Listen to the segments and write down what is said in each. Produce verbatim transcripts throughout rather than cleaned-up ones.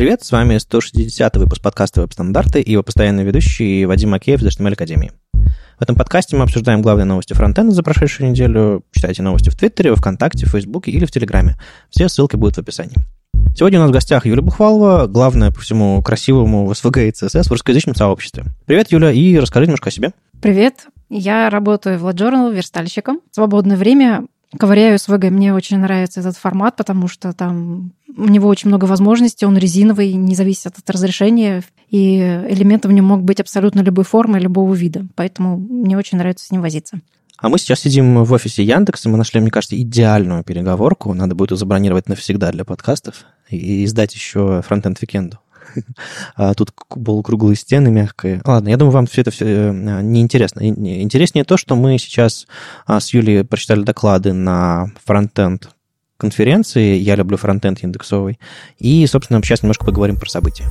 Привет, с вами сто шестидесятый выпуск подкаста «Веб-стандарты» и его постоянный ведущий Вадим Макеев из эйч ти эм эль-академии. В этом подкасте мы обсуждаем главные новости фронтенда за прошедшую неделю. Читайте новости в Твиттере, во Вконтакте, в Фейсбуке или в Телеграме. Все ссылки будут в описании. Сегодня у нас в гостях Юлия Бухвалова, главная по всему красивому в эс ви джи и си эс эс в русскоязычном сообществе. Привет, Юля, и расскажи немножко о себе. Привет, я работаю в LaJournal верстальщиком. В свободное время ковыряю эс ви джи. Мне очень нравится этот формат, потому что там у него очень много возможностей, он резиновый, не зависит от разрешения, и элементы в нем могут быть абсолютно любой формы, любого вида. Поэтому мне очень нравится с ним возиться. А мы сейчас сидим в офисе Яндекса, мы нашли, мне кажется, идеальную переговорку. Надо будет ее забронировать навсегда для подкастов и издать еще фронтенд-викенду. А тут полукруглые стены мягкие. Ладно, я думаю, вам все это все неинтересно. Интереснее то, что мы сейчас с Юлей прочитали доклады на фронтенд конференции «Я люблю фронтенд индексовый». И, собственно, сейчас немножко поговорим про события.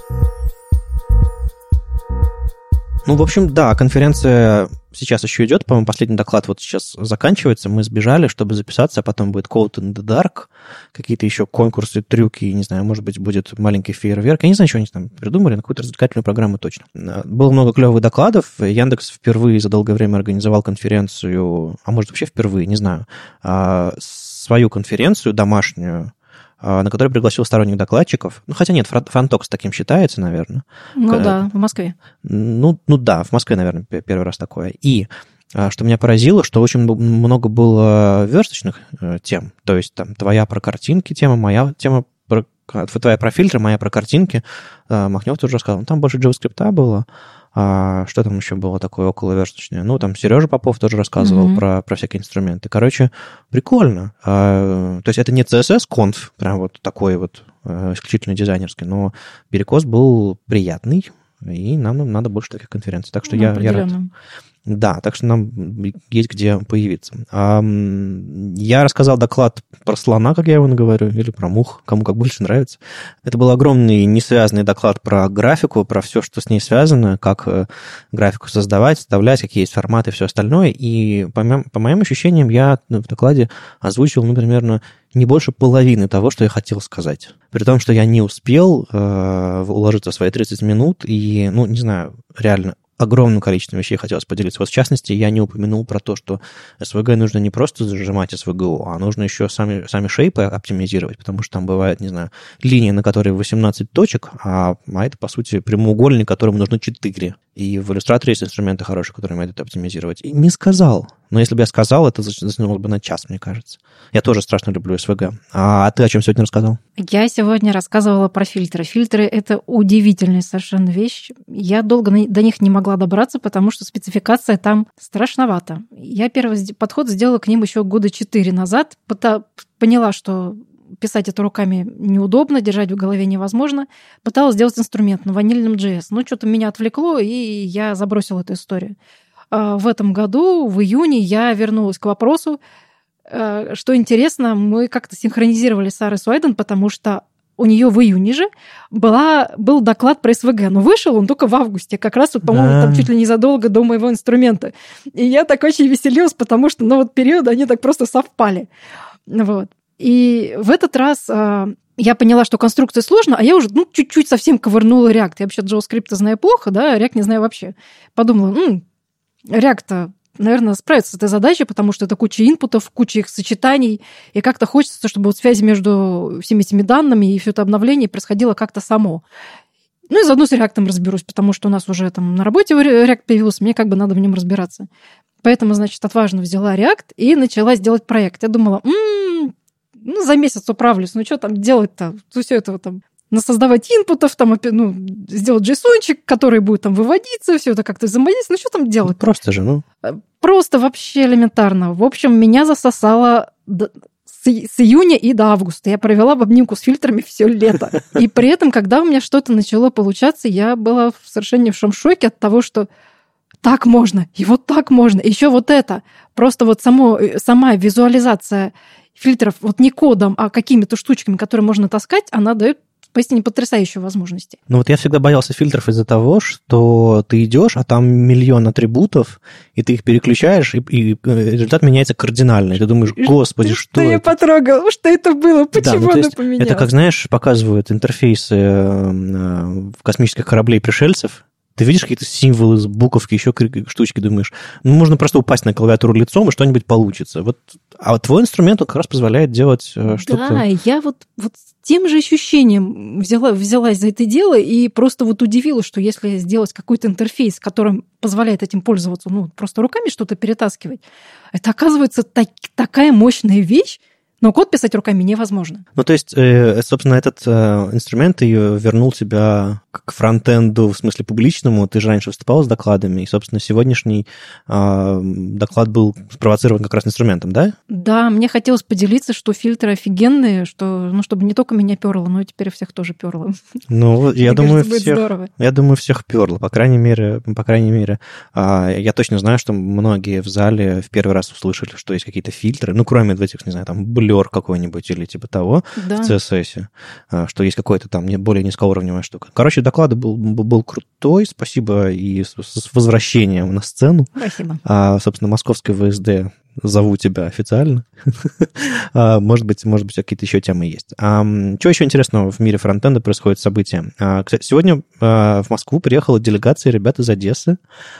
Ну, в общем, да, конференция сейчас еще идет. По-моему, последний доклад вот сейчас заканчивается. Мы сбежали, чтобы записаться, а потом будет Code in the Dark, какие-то еще конкурсы, трюки, не знаю, может быть, будет маленький фейерверк. Я не знаю, что они там придумали, но какую-то развлекательную программу точно. Было много клевых докладов. Яндекс впервые за долгое время организовал конференцию, а может, вообще впервые, не знаю, свою конференцию домашнюю, на которой пригласил сторонних докладчиков. Ну, хотя нет, Фронтокс таким считается, наверное. Ну К... да, в Москве. Ну, ну да, в Москве, наверное, первый раз такое. И что меня поразило, что очень много было версточных тем. То есть там твоя про картинки тема, моя тема про... Твоя про фильтры, моя про картинки. Махнев тоже рассказал. Ну, там больше JavaScript было. А что там еще было такое околоверсточное? Ну, там Сережа Попов тоже рассказывал mm-hmm. про, про всякие инструменты. Короче, прикольно. А, то есть это не си эс эс-конф, прям вот такой вот исключительно дизайнерский, но перекос был приятный, и нам, нам надо больше таких конференций. Так что ну, я, я рад. Да, так что нам есть где появиться. Я рассказал доклад про слона, как я его говорю, или про мух, кому как больше нравится. Это был огромный несвязанный доклад про графику, про все, что с ней связано, как графику создавать, вставлять, какие есть форматы и все остальное. И по моим, по моим ощущениям я в докладе озвучил, ну, примерно не больше половины того, что я хотел сказать. При том, что я не успел э, уложиться в свои тридцать минут, и, ну, не знаю, реально огромным количеством вещей хотелось поделиться. Вот в частности, я не упомянул про то, что эс ви джи нужно не просто зажимать эс ви джи, а нужно еще сами, сами шейпы оптимизировать, потому что там бывает, не знаю, линия, на которой восемнадцать точек, а, а это, по сути, прямоугольник, которому нужно четыре. И в иллюстраторе есть инструменты хорошие, которые умеют это оптимизировать. И не сказал. Но если бы я сказал, это затянулось бы на час, мне кажется. Я тоже страшно люблю эс ви джи. А ты о чем сегодня рассказал? Я сегодня рассказывала про фильтры. Фильтры — это удивительная совершенно вещь. Я долго до них не могла добраться, потому что спецификация там страшновата. Я первый подход сделала к ним еще года четыре назад. Поняла, что писать это руками неудобно, держать в голове невозможно. Пыталась сделать инструмент на ванильном джей эс. Но что-то меня отвлекло, и я забросила эту историю. В этом году, в июне, я вернулась к вопросу. Что интересно, мы как-то синхронизировали с Сарой Суайден, потому что у нее в июне же была, был доклад про эс ви джи, но вышел он только в августе, как раз, вот, по-моему, да. там чуть ли незадолго до моего инструмента. И я так очень веселилась, потому что, ну, вот периоды, они так просто совпали. Вот. И в этот раз э, я поняла, что конструкция сложна, а я уже ну, чуть-чуть совсем ковырнула React. Я вообще JavaScript знаю плохо, да, React не знаю вообще. Подумала, м-м, React, наверное, справится с этой задачей, потому что это куча инпутов, куча их сочетаний, и как-то хочется, чтобы вот связь между всеми этими данными и все это обновление происходило как-то само. Ну и заодно с React разберусь, потому что у нас уже там на работе React появился, мне как бы надо в нем разбираться. Поэтому, значит, отважно взяла React и начала делать проект. Я думала, м-м, ну, за месяц управлюсь, ну, что там делать-то? Все это там насоздавать инпутов, там, ну, сделать джейсончик, который будет там выводиться, все это как-то взаимодействовать. Ну, что там делать? Просто же, ну. Просто вообще элементарно. В общем, меня засосало с, с июня и до августа. Я провела в обнимку с фильтрами все лето. И при этом, когда у меня что-то начало получаться, я была в совершеннейшем шоке от того, что так можно, и вот так можно. Еще вот это. Просто вот само, сама визуализация фильтров вот не кодом, а какими-то штучками, которые можно таскать, она дает поистине потрясающие возможности. Ну вот я всегда боялся фильтров из-за того, что ты идешь, а там миллион атрибутов, и ты их переключаешь, и, и результат меняется кардинально. И ты думаешь, господи, что, что это? Я потрогал, что это было, почему да, ну, оно есть, поменялось? Это, как знаешь, показывают интерфейсы космических кораблей пришельцев. Ты видишь какие-то символы, буковки, еще штучки, думаешь, ну, можно просто упасть на клавиатуру лицом, и что-нибудь получится. Вот, а вот твой инструмент, он как раз позволяет делать э, что-то... Да, я вот, вот тем же ощущением взяла, взялась за это дело и просто вот удивилась, что если сделать какой-то интерфейс, которым позволяет этим пользоваться, ну, просто руками что-то перетаскивать, это, оказывается, так, такая мощная вещь, но код писать руками невозможно. Ну, то есть, собственно, этот инструмент ее вернул тебя к фронтенду, в смысле публичному. Ты же раньше выступал с докладами, и, собственно, сегодняшний доклад был спровоцирован как раз инструментом, да? Да, мне хотелось поделиться, что фильтры офигенные, что, ну, чтобы не только меня перло, но и теперь всех тоже перло. Ну, я думаю, всех, я думаю, всех перло, по крайней мере, по крайней мере. Я точно знаю, что многие в зале в первый раз услышали, что есть какие-то фильтры, ну, кроме этих, не знаю, там, Blur какой-нибудь или типа того, да, в си эс эс, что есть какой-то там более низкоуровневая штука. Короче, доклад был, был крутой, спасибо и с возвращением на сцену. Спасибо. А, собственно, московское вэ эс дэ зову тебя официально. Может быть, может быть, какие-то еще темы есть. А, что еще интересного в мире фронтенда происходит события? А, кстати, сегодня а, в Москву приехала делегация ребят из Одессы.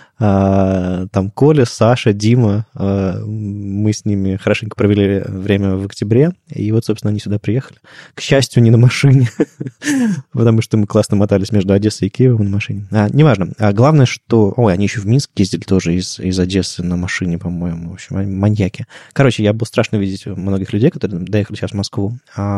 А, там Коля, Саша, Дима. А, мы с ними хорошенько провели время в октябре. И вот, собственно, они сюда приехали. К счастью, не на машине, потому что мы классно мотались между Одессой и Киевом на машине. А, неважно. А главное, что... Ой, они еще в Минск ездили тоже из, из Одессы на машине, по-моему. В общем, маньяки. Короче, я был страшно видеть многих людей, которые доехали сейчас в Москву.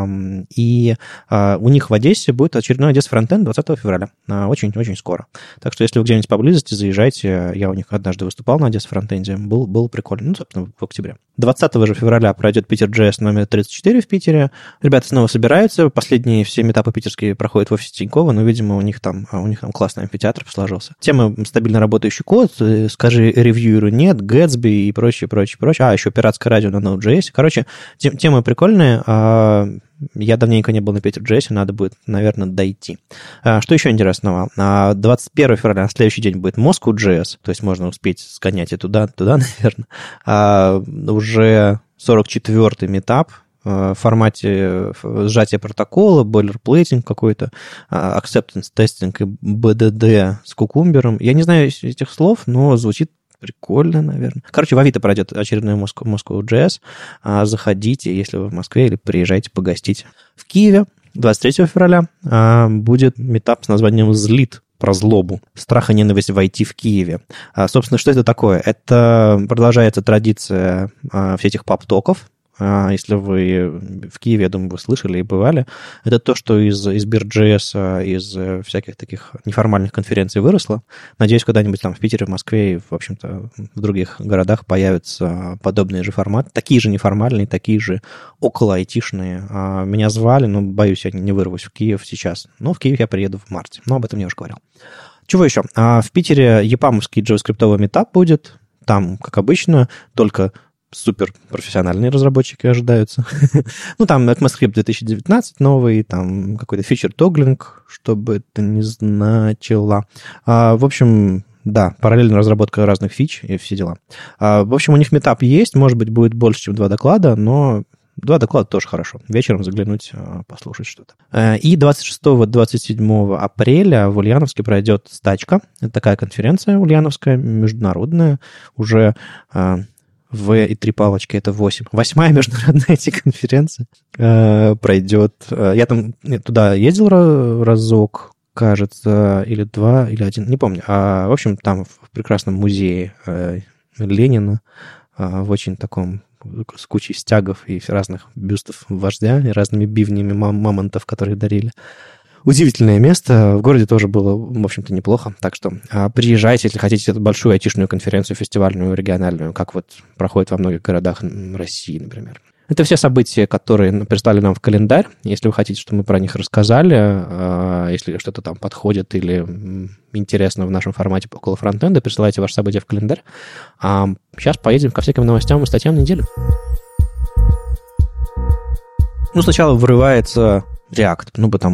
И у них в Одессе будет очередной Одесса фронтенд двадцатого февраля. Очень-очень скоро. Так что, если вы где-нибудь поблизости, заезжайте. Я у них однажды выступал на Одессе фронтенде. Был, было прикольно. Ну, собственно, в октябре. двадцатого же февраля пройдет Питер.джей эс номер тридцать четыре в Питере. Ребята снова собираются. Последние все митапы питерские проходят в офисе Тинькова, но, видимо, у них там, у них там классный амфитеатр сложился. Тема стабильно работающий код. Скажи ревьюеру нет, Гэтсби и прочее, прочее, прочее. А, еще пиратское радио на Node.js. Короче, тем, темы прикольные. Я давненько не был на Питер.джей эс, надо будет, наверное, дойти. Что еще интересного? двадцать первого февраля, на следующий день, будет Moscow.джей эс, то есть можно успеть сгонять и туда, туда, наверное. Уже сорок четвёртый митап в формате сжатия протокола, бойлерплейтинг какой-то, acceptance testing и би ди ди с кукумбером. Я не знаю этих слов, но звучит прикольно, наверное. Короче, в Авито пройдет очередной Moscow.джей эс. Заходите, если вы в Москве, или приезжайте погостить. В Киеве двадцать третьего февраля будет митап с названием «Злит», про злобу, страх и ненависть в ай ти в Киеве. Собственно, что это такое? Это продолжается традиция всех этих пап-токов. Если вы в Киеве, я думаю, вы слышали и бывали, это то, что из, из Бир.джей эс, из всяких таких неформальных конференций выросло. Надеюсь, когда-нибудь там в Питере, в Москве и, в общем-то, в других городах появятся подобные же форматы, такие же неформальные, такие же около айтишные. Меня звали, но, боюсь, я не вырвусь в Киев сейчас. Но в Киев я приеду в марте, но об этом я уже говорил. Чего еще? В Питере епамовский джаваскриптовый митап будет. Там, как обычно, только супер профессиональные разработчики ожидаются. Ну, там ECMAScript две тысячи девятнадцать новый, там какой-то фичер-тоглинг, что бы это ни значило. А, в общем, да, параллельная разработка разных фич и все дела. А, в общем, у них митап есть, может быть, будет больше, чем два доклада, но два доклада тоже хорошо. Вечером заглянуть, послушать что-то. И двадцать шестого — двадцать седьмого апреля в Ульяновске пройдет стачка. Это такая конференция ульяновская, международная, уже... В и три палочки, это восемь. Восьмая международная ай ти-конференция э, пройдет. Я там туда ездил разок, кажется, или два, или один, не помню. А, в общем, там в прекрасном музее э, Ленина, э, в очень таком, с кучей стягов и разных бюстов вождя, и разными бивнями мам- мамонтов, которые дарили. Удивительное место. В городе тоже было, в общем-то, неплохо. Так что а, приезжайте, если хотите эту большую айтишную конференцию, фестивальную, региональную, как вот проходит во многих городах России, например. Это все события, которые прислали нам в календарь. Если вы хотите, чтобы мы про них рассказали, а, если что-то там подходит или интересно в нашем формате около фронтенда, присылайте ваши события в календарь. А сейчас поедем ко всяким новостям и статьям недели. Ну, сначала вырывается React, ну, потому что.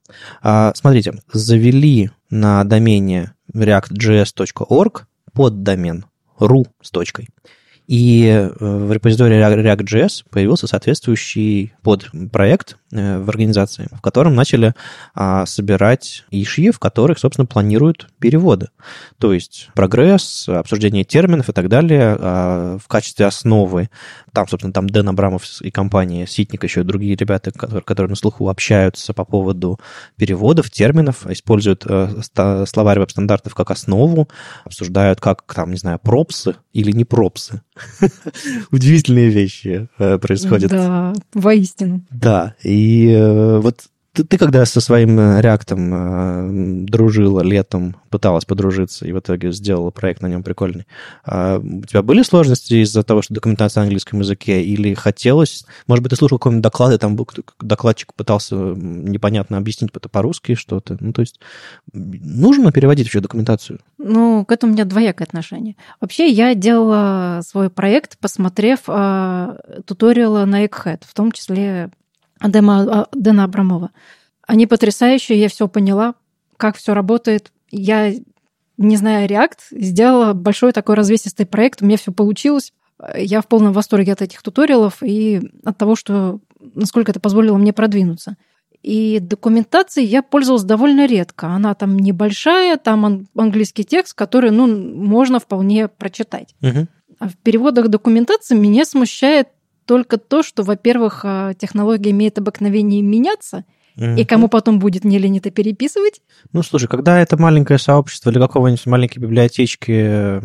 Смотрите, завели на домене react точка джей эс точка орг поддомен ru с точкой. И в репозитории react точка джей эс появился соответствующий подпроект в организации, в котором начали а, собирать ишьи, в которых, собственно, планируют переводы. То есть прогресс, обсуждение терминов и так далее а, в качестве основы. Там, собственно, там Дэн Абрамов и компания Ситник, еще и другие ребята, которые, которые на слуху общаются по поводу переводов, терминов, используют а, словарь веб-стандартов как основу, обсуждают, как, там, не знаю, пропсы или не пропсы. Удивительные вещи происходят. Да, воистину. Да, и э, вот ты, ты когда со своим реактом э, дружила летом, пыталась подружиться и в итоге сделала проект на нем прикольный, э, у тебя были сложности из-за того, что документация на английском языке, или хотелось... Может быть, ты слушал какой-нибудь доклад, и там был, докладчик пытался непонятно объяснить по-русски что-то. Ну, то есть нужно переводить вообще документацию? Ну, к этому у меня двоякое отношение. Вообще, я делала свой проект, посмотрев э, туториалы на Egghead, в том числе Дэна, Дэна Абрамова. Они потрясающие, я все поняла, как все работает. Я, не зная React, сделала большой такой развесистый проект, у меня все получилось. Я в полном восторге от этих туториалов и от того, что насколько это позволило мне продвинуться. И документацией я пользовалась довольно редко. Она там небольшая, там английский текст, который, ну, можно вполне прочитать. Угу. А в переводах документации меня смущает только то, что, во-первых, технология имеет обыкновение меняться, mm-hmm. и кому потом будет не лень это переписывать. Ну, слушай, когда это маленькое сообщество или какого-нибудь маленькой библиотечки,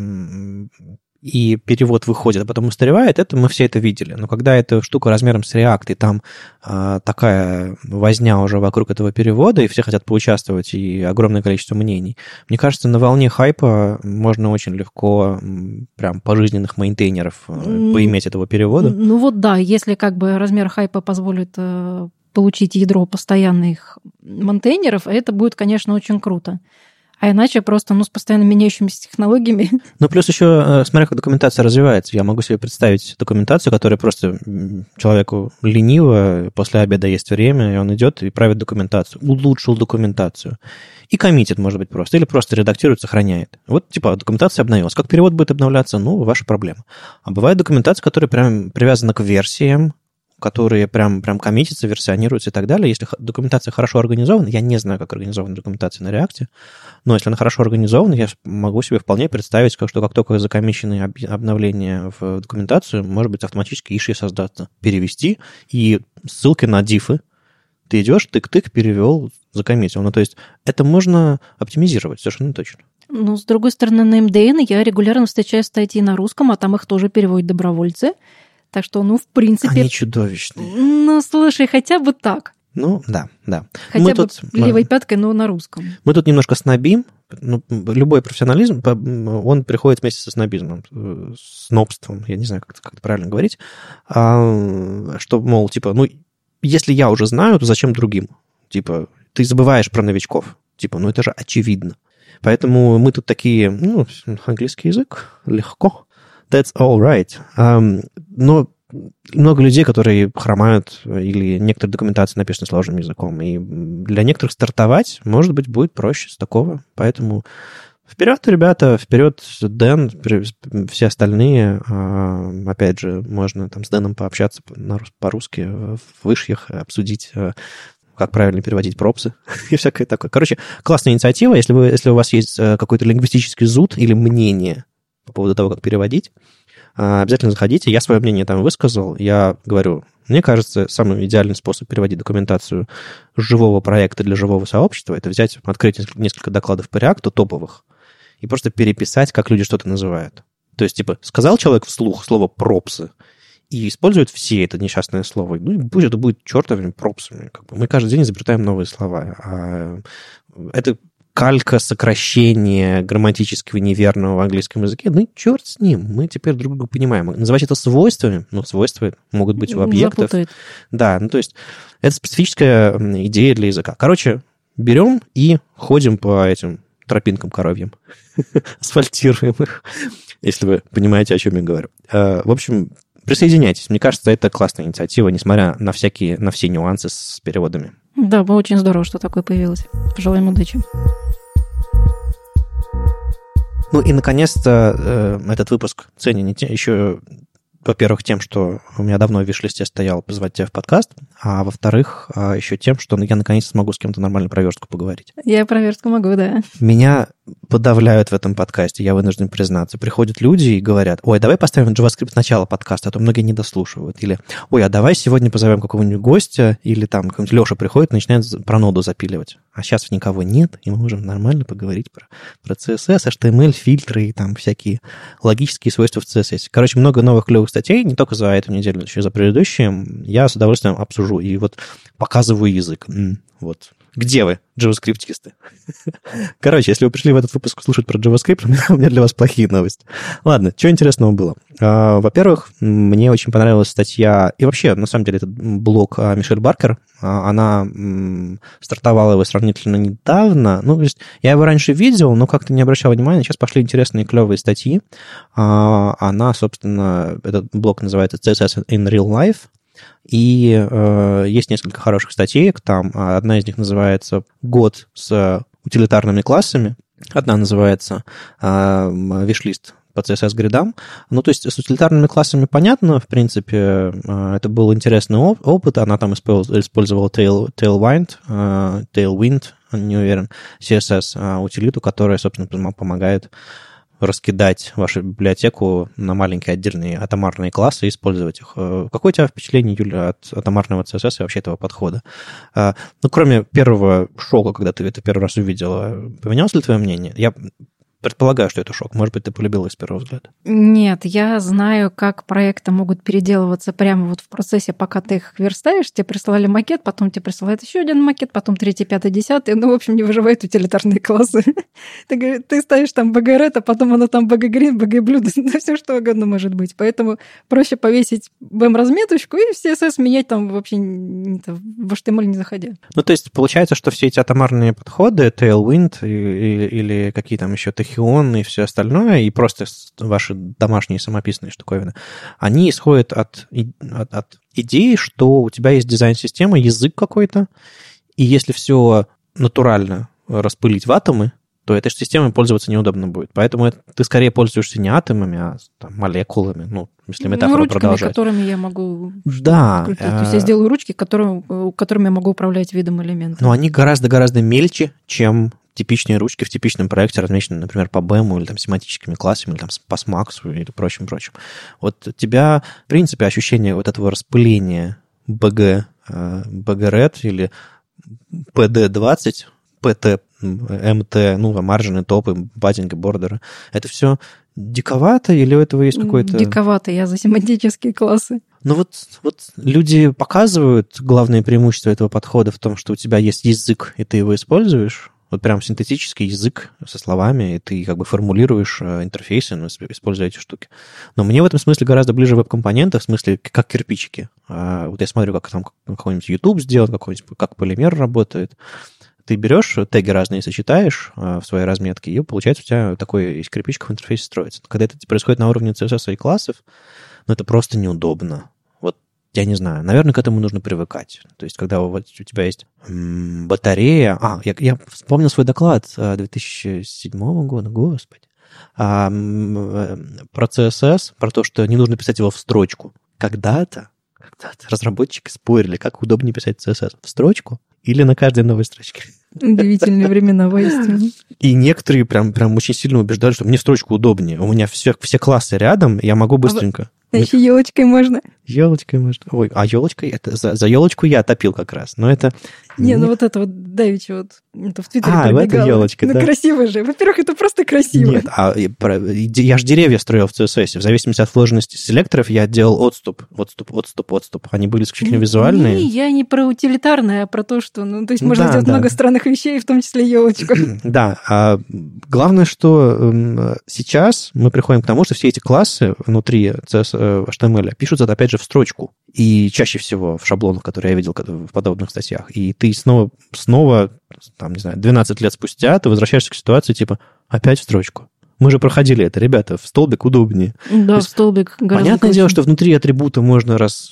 и перевод выходит, а потом устаревает, это мы все это видели. Но когда эта штука размером с React, и там а, такая возня уже вокруг этого перевода, и все хотят поучаствовать, и огромное количество мнений, мне кажется, на волне хайпа можно очень легко прям пожизненных мейнтейнеров mm. поиметь этого перевода. Ну вот да, если как бы размер хайпа позволит получить ядро постоянных мейнтейнеров, это будет, конечно, очень круто. А иначе просто, ну, с постоянно меняющимися технологиями. Ну, плюс еще, смотря как документация развивается. Я могу себе представить документацию, которая просто человеку лениво, после обеда есть время, и он идет и правит документацию. Улучшил документацию. И коммитит, может быть, просто. Или просто редактирует, сохраняет. Вот, типа, документация обновилась. Как перевод будет обновляться? Ну, ваша проблема. А бывает документация, которая прям привязана к версиям, которые прям, прям коммитятся, версионируются и так далее. Если документация хорошо организована, я не знаю, как организована документация на React, но если она хорошо организована, я могу себе вполне представить, что как только закоммищены обновления в документацию, может быть, автоматически иши создаться, перевести, и ссылки на дифы ты идешь, тык-тык, перевел, закоммитил. Ну, то есть это можно оптимизировать, совершенно точно. Ну, с другой стороны, на эм дэ эн я регулярно встречаю статьи на русском, а там их тоже переводят добровольцы. Так что, ну, в принципе... Они чудовищные. Ну, слушай, хотя бы так. Ну, да, да. Хотя мы бы тут, левой пяткой, но на русском. Мы тут немножко снобим. Ну, любой профессионализм, он приходит вместе со снобизмом, снобством, я не знаю, как, как это правильно говорить, а, что, мол, типа, ну, если я уже знаю, то зачем другим? Типа, ты забываешь про новичков. Типа, ну, это же очевидно. Поэтому мы тут такие, ну, английский язык, легко. That's all right. Um, но много людей, которые хромают, или некоторые документации написаны сложным языком. И для некоторых стартовать, может быть, будет проще с такого. Поэтому вперед, ребята, вперед, Дэн, все остальные. Опять же, можно там с Дэном пообщаться по-русски в вышьях, обсудить, как правильно переводить пропсы и всякое такое. Короче, классная инициатива. Если, вы, если у вас есть какой-то лингвистический зуд или мнение по поводу того, как переводить, обязательно заходите. Я свое мнение там высказал. Я говорю, мне кажется, самый идеальный способ переводить документацию живого проекта для живого сообщества — это взять, открыть несколько докладов по React топовых и просто переписать, как люди что-то называют. То есть, типа, сказал человек вслух слово «пропсы», и используют все это несчастное слово. Ну, и пусть это будет чертовыми пропсами. Как бы мы каждый день изобретаем новые слова. А это калька, сокращение грамматического неверного в английском языке, ну и черт с ним, мы теперь друг друга понимаем. Называть это свойствами, ну, свойства могут быть у объектов. Запутает. Да, ну то есть это специфическая идея для языка. Короче, берем и ходим по этим тропинкам коровьим, асфальтируем их, если вы понимаете, о чем я говорю. В общем, присоединяйтесь. Мне кажется, это классная инициатива, несмотря на всякие, на все нюансы с переводами. Да, было очень здорово, что такое появилось. Пожелаем удачи. Ну и, наконец-то, этот выпуск ценен еще, во-первых, тем, что у меня давно в виш-листе стоял позвать тебя в подкаст, а во-вторых, еще тем, что я наконец-то смогу с кем-то нормально про верстку поговорить. Я про верстку могу, да. Меня подавляют в этом подкасте, я вынужден признаться. Приходят люди и говорят: ой, давай поставим JavaScript в начало подкаста, а то многие не дослушивают. Или: ой, а давай сегодня позовем какого-нибудь гостя, или там какой-нибудь Леша приходит и начинает про ноду запиливать. А сейчас никого нет, и мы можем нормально поговорить про, про си эс эс, эйч ти эм эль, фильтры и там всякие логические свойства в си эс эс. Короче, много новых клевых статей, не только за эту неделю, но еще и за предыдущие. Я с удовольствием обсужу и вот показываю язык. Вот. Где вы, JavaScript-кисты? Короче, если вы пришли в этот выпуск слушать про JavaScript, у меня для вас плохие новости. Ладно, что интересного было? Во-первых, мне очень понравилась статья, и вообще, на самом деле, этот блог Мишель Баркер, она стартовала его сравнительно недавно. Ну, то есть я его раньше видел, но как-то не обращал внимания. Сейчас пошли интересные, клевые статьи. Она, собственно, этот блог называется си эс эс in Real Life. И э, есть несколько хороших статей там. Одна из них называется «Год с утилитарными классами». Одна называется э, «Виш-лист по си эс эс-гридам». Ну, то есть с утилитарными классами понятно, в принципе, э, это был интересный оп- опыт. Она там использовала tail, Tailwind, э, Tailwind, не уверен, си эс эс, э, утилиту, которая, собственно, помогает раскидать вашу библиотеку на маленькие отдельные атомарные классы и использовать их. Какое у тебя впечатление, Юля, от атомарного си эс эс и вообще этого подхода? Ну, кроме первого шока, когда ты это первый раз увидела, поменялось ли твое мнение? Я предполагаю, что это шок. Может быть, ты полюбила с первого взгляда? Нет, я знаю, как проекты могут переделываться прямо вот в процессе, пока ты их верстаешь. Тебе присылали макет, потом тебе присылают еще один макет, потом третий, пятый, десятый. Ну, в общем, не выживают утилитарные классы. Ты, ты ставишь там би джи red, а потом оно там би джи green, би джи blue, да все что угодно может быть. Поэтому проще повесить би эм-разметочку и в си эс эс менять там вообще в эйч ти эм эль не заходя. Ну, то есть получается, что все эти атомарные подходы, Tailwind или, или какие там еще Tachyon и все остальное, и просто ваши домашние самописные штуковины, они исходят от, от, от идеи, что у тебя есть дизайн-система, язык какой-то, и если все натурально распылить в атомы, то этой системой пользоваться неудобно будет. Поэтому это, ты скорее пользуешься не атомами, а там, молекулами, ну, если метафору ну, ручками, продолжать. Которыми я могу... Да. То есть я сделаю ручки, которым, которыми я могу управлять видом элементов. Но они гораздо-гораздо мельче, чем типичные ручки в типичном проекте, размеченные, например, по би эм или там, семантическими классами, или там, по смаксу, или прочим-прочим. Вот у тебя, в принципе, ощущение вот этого распыления би джи, би джи red или пи ди двадцать, пи ти, эм ти, ну, маржины, топы, баддинги, бордеры, это все диковато или у этого есть какой-то... Диковато, я за семантические классы. Ну вот, вот люди показывают главное преимущество этого подхода в том, что у тебя есть язык, и ты его используешь, вот прям синтетический язык со словами, и ты как бы формулируешь интерфейсы, ну, используя эти штуки. Но мне в этом смысле гораздо ближе веб-компоненты, в смысле как кирпичики. Вот я смотрю, как там какой-нибудь YouTube сделан, какой-нибудь, как полимер работает. Ты берешь теги разные, сочетаешь в своей разметке, и получается у тебя такой из кирпичиков интерфейс строится. Когда это происходит на уровне си эс эс и классов, ну, это просто неудобно. Вот я не знаю, наверное, к этому нужно привыкать. То есть, когда у тебя есть м- батарея... А, я, я вспомнил свой доклад две тысячи седьмого года, господи, а, м- про си эс эс, про то, что не нужно писать его в строчку. Когда-то, когда-то разработчики спорили, как удобнее писать си эс эс, в строчку или на каждой новой строчке. Удивительные времена, воистину. И некоторые прям, прям очень сильно убеждали, что мне в строчку удобнее. У меня все, все классы рядом, я могу быстренько. А еще елочкой можно. Елочкой можно. Ой, а елочкой, это за, за елочку я топил как раз. Но это... Не, ну вот это вот давеча вот это в Твиттере а, пробегало. А, это елочка, ну, да. Ну, красиво же. Во-первых, это просто красиво. Нет, а я же деревья строил в си эс эс. В зависимости от вложенности селекторов я делал отступ, отступ, отступ, отступ. Они были исключительно визуальные. Не, я не про утилитарное, а про то, что... Ну, то есть можно да, сделать да. много странных вещей, в том числе елочку. Да. А главное, что сейчас мы приходим к тому, что все эти классы внутри си эс, эйч ти эм эль пишутся, опять же, в строчку. И чаще всего в шаблонах, которые я видел в подобных статьях. И ты снова, снова, там, не знаю, двенадцать лет спустя ты возвращаешься к ситуации типа опять в строчку. Мы же проходили это, ребята, в столбик удобнее. Да, в столбик гораздо понятное проще. дело, что внутри атрибута можно раз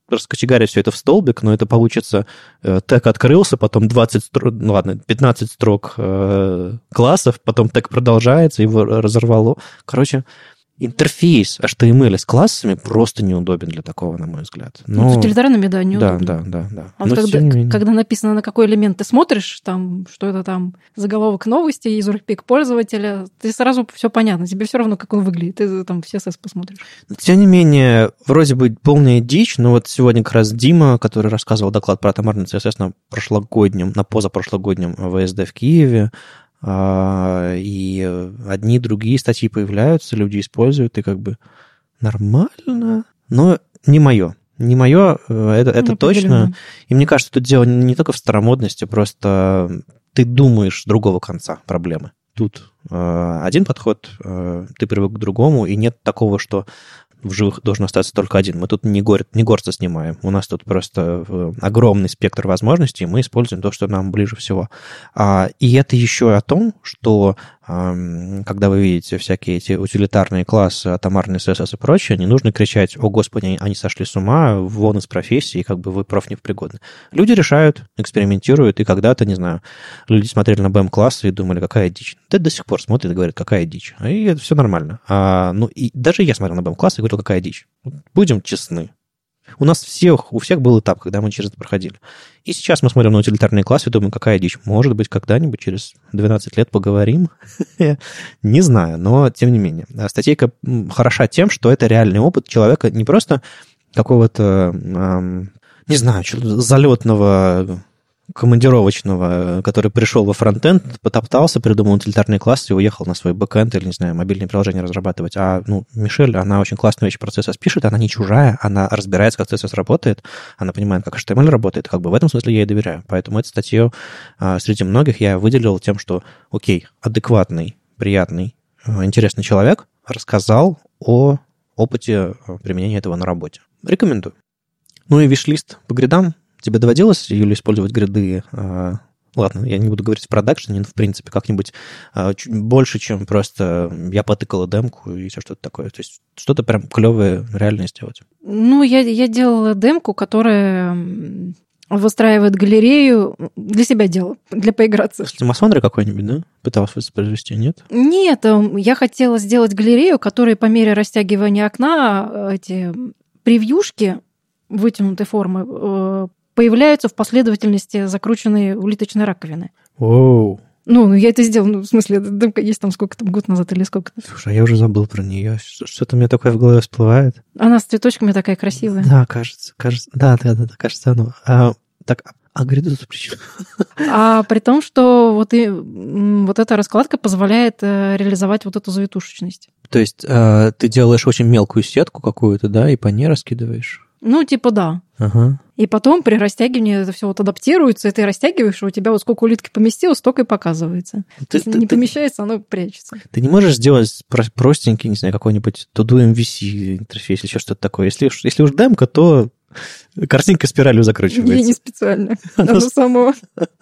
раскочегарить все это в столбик, но это получится, э, тег открылся, потом двадцать строк, ну ладно, пятнадцать строк э, классов, потом тег продолжается, его разорвало. Короче, интерфейс эйч ти эм эль с классами просто неудобен для такого, на мой взгляд. Но... Ну, с утилитарными, да, неудобно. Да, да, да. да. А вот когда, когда написано, на какой элемент ты смотришь, там, что это там, заголовок новости, юзер-пик пользователя, ты сразу все понятно, тебе все равно, как он выглядит, ты там в си эс эс посмотришь. Но, тем не менее, вроде бы полная дичь, но вот сегодня как раз Дима, который рассказывал доклад про атомарный си эс эс на прошлогоднем, на позапрошлогоднем ви эс ди в Киеве, и одни, другие статьи появляются, люди используют, и как бы нормально, но не мое. Не мое, это, это ну, точно. И мне кажется, тут дело не только в старомодности, просто ты думаешь с другого конца проблемы. Тут э, один подход, э, ты привык к другому, и нет такого, что в живых должен остаться только один. Мы тут не, гор, не горца снимаем. У нас тут просто огромный спектр возможностей, и мы используем то, что нам ближе всего. А, и это еще о том, что а, когда вы видите всякие эти утилитарные классы, атомарные си эс эс и прочее, не нужно кричать: «О, Господи, они сошли с ума, вон из профессии, как бы вы профнепригодны». Люди решают, экспериментируют, и когда-то, не знаю, люди смотрели на би эм классы и думали, какая дичь. Да до сих пор смотрят и говорят, какая дичь. И это все нормально. А, ну, и даже я смотрел на би эм классы и говорил, какая дичь. Будем честны. У нас всех, у всех был этап, когда мы через это проходили. И сейчас мы смотрим на утилитарные классы и думаем, какая дичь. Может быть, когда-нибудь через двенадцать лет поговорим. Не знаю, но тем не менее. Статейка хороша тем, что это реальный опыт человека, не просто какого-то, не знаю, залетного командировочного, который пришел во фронтенд, потоптался, придумал утилитарный класс и уехал на свой бэкэнд или, не знаю, мобильные приложения разрабатывать. А, ну, Мишель, она очень классную вещь про си эс эс пишет, она не чужая, она разбирается, как си эс эс работает, она понимает, как эйч ти эм эль работает, как бы в этом смысле я ей доверяю. Поэтому эту статью а, среди многих я выделил тем, что, окей, адекватный, приятный, интересный человек рассказал о опыте применения этого на работе. Рекомендую. Ну и виш-лист по гридам. Тебе доводилось, Юля, использовать гриды? А, ладно, я не буду говорить в продакшене, но в принципе как-нибудь а, чуть больше, чем просто я потыкала демку и все что-то такое. То есть что-то прям клевое реально сделать. Ну, я, я делала демку, которая выстраивает галерею, для себя делала, для поиграться. Масонры какой-нибудь, да? Пыталась воспроизвести, нет? Нет, я хотела сделать галерею, которая по мере растягивания окна эти превьюшки вытянутой формы появляются в последовательности закрученной улиточной раковины. Оу. Ну, я это сделала, ну, в смысле, демка есть там сколько там, год назад или сколько-то. Слушай, а я уже забыл про нее. Что-то у меня такое в голове всплывает. Она с цветочками такая красивая. Да, кажется, кажется. Да, да, да, да кажется, оно. А, так, а гриды тут при чем? А при том, что вот, и, вот эта раскладка позволяет реализовать вот эту завитушечность. То есть ты делаешь очень мелкую сетку какую-то, да, и по ней раскидываешь? Ну, типа да. Ага. И потом при растягивании это все вот адаптируется, и ты растягиваешь, и у тебя вот сколько улитки поместилось, столько и показывается. Ты, Если ты, не ты, помещается, оно прячется. Ты не можешь сделать простенький, не знаю, какой-нибудь To-Do эм ви си интерфейс, еще что-то такое. Если уж, если уж демка, то картинка спиралью закручивается. Я не специально. Оно само.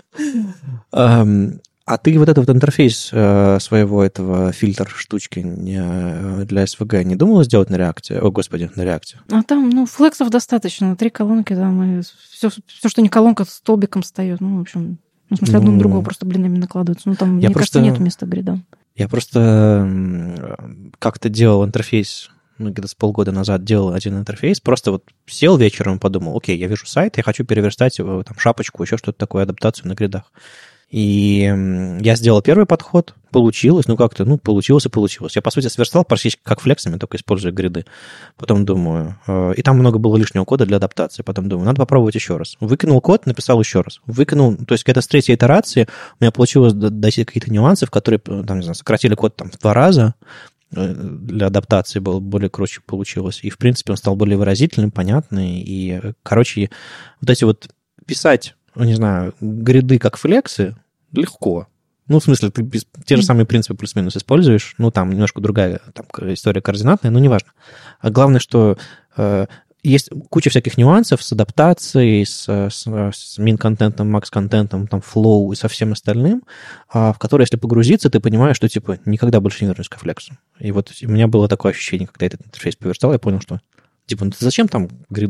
А ты вот этот вот интерфейс э, своего этого фильтр штучки не, для эс ви джи не думала сделать на реакте? О, господи, на реакте. А там, ну, флексов достаточно. Три колонки там, и все, все, что не колонка, столбиком встает. Ну, в общем, в смысле, одно на другое просто блинами накладывается. Ну, там, я мне просто, кажется, нет места гридам. Я просто как-то делал интерфейс, ну, где-то с полгода назад делал один интерфейс, просто вот сел вечером и подумал, окей, я вижу сайт, я хочу переверстать его, там, шапочку, еще что-то такое, адаптацию на гридах. И я сделал первый подход, получилось, ну как-то, ну получилось и получилось. Я, по сути, сверстал практически как флексами, только используя гриды. Потом думаю, и там много было лишнего кода для адаптации. Потом думаю, надо попробовать еще раз. Выкинул код, написал еще раз. Выкинул, то есть где-то с третьей итерации у меня получилось дойти какие-то нюансы, в которые, там, не знаю, сократили код там в два раза, для адаптации было более круче получилось. И, в принципе, он стал более выразительным, понятный. И, короче, вот эти вот писать, не знаю, гриды как флексы легко. Ну, в смысле, ты те же самые принципы плюс-минус используешь. Ну, там немножко другая там, история координатная, но неважно. А главное, что э, есть куча всяких нюансов с адаптацией, с, с, с min-контентом, max-контентом, там, flow и со всем остальным, а, в которые, если погрузиться, ты понимаешь, что, типа, никогда больше не вернусь к флексу. И вот у меня было такое ощущение, когда я этот интерфейс поверстал, я понял, что, типа, ну зачем там гриды?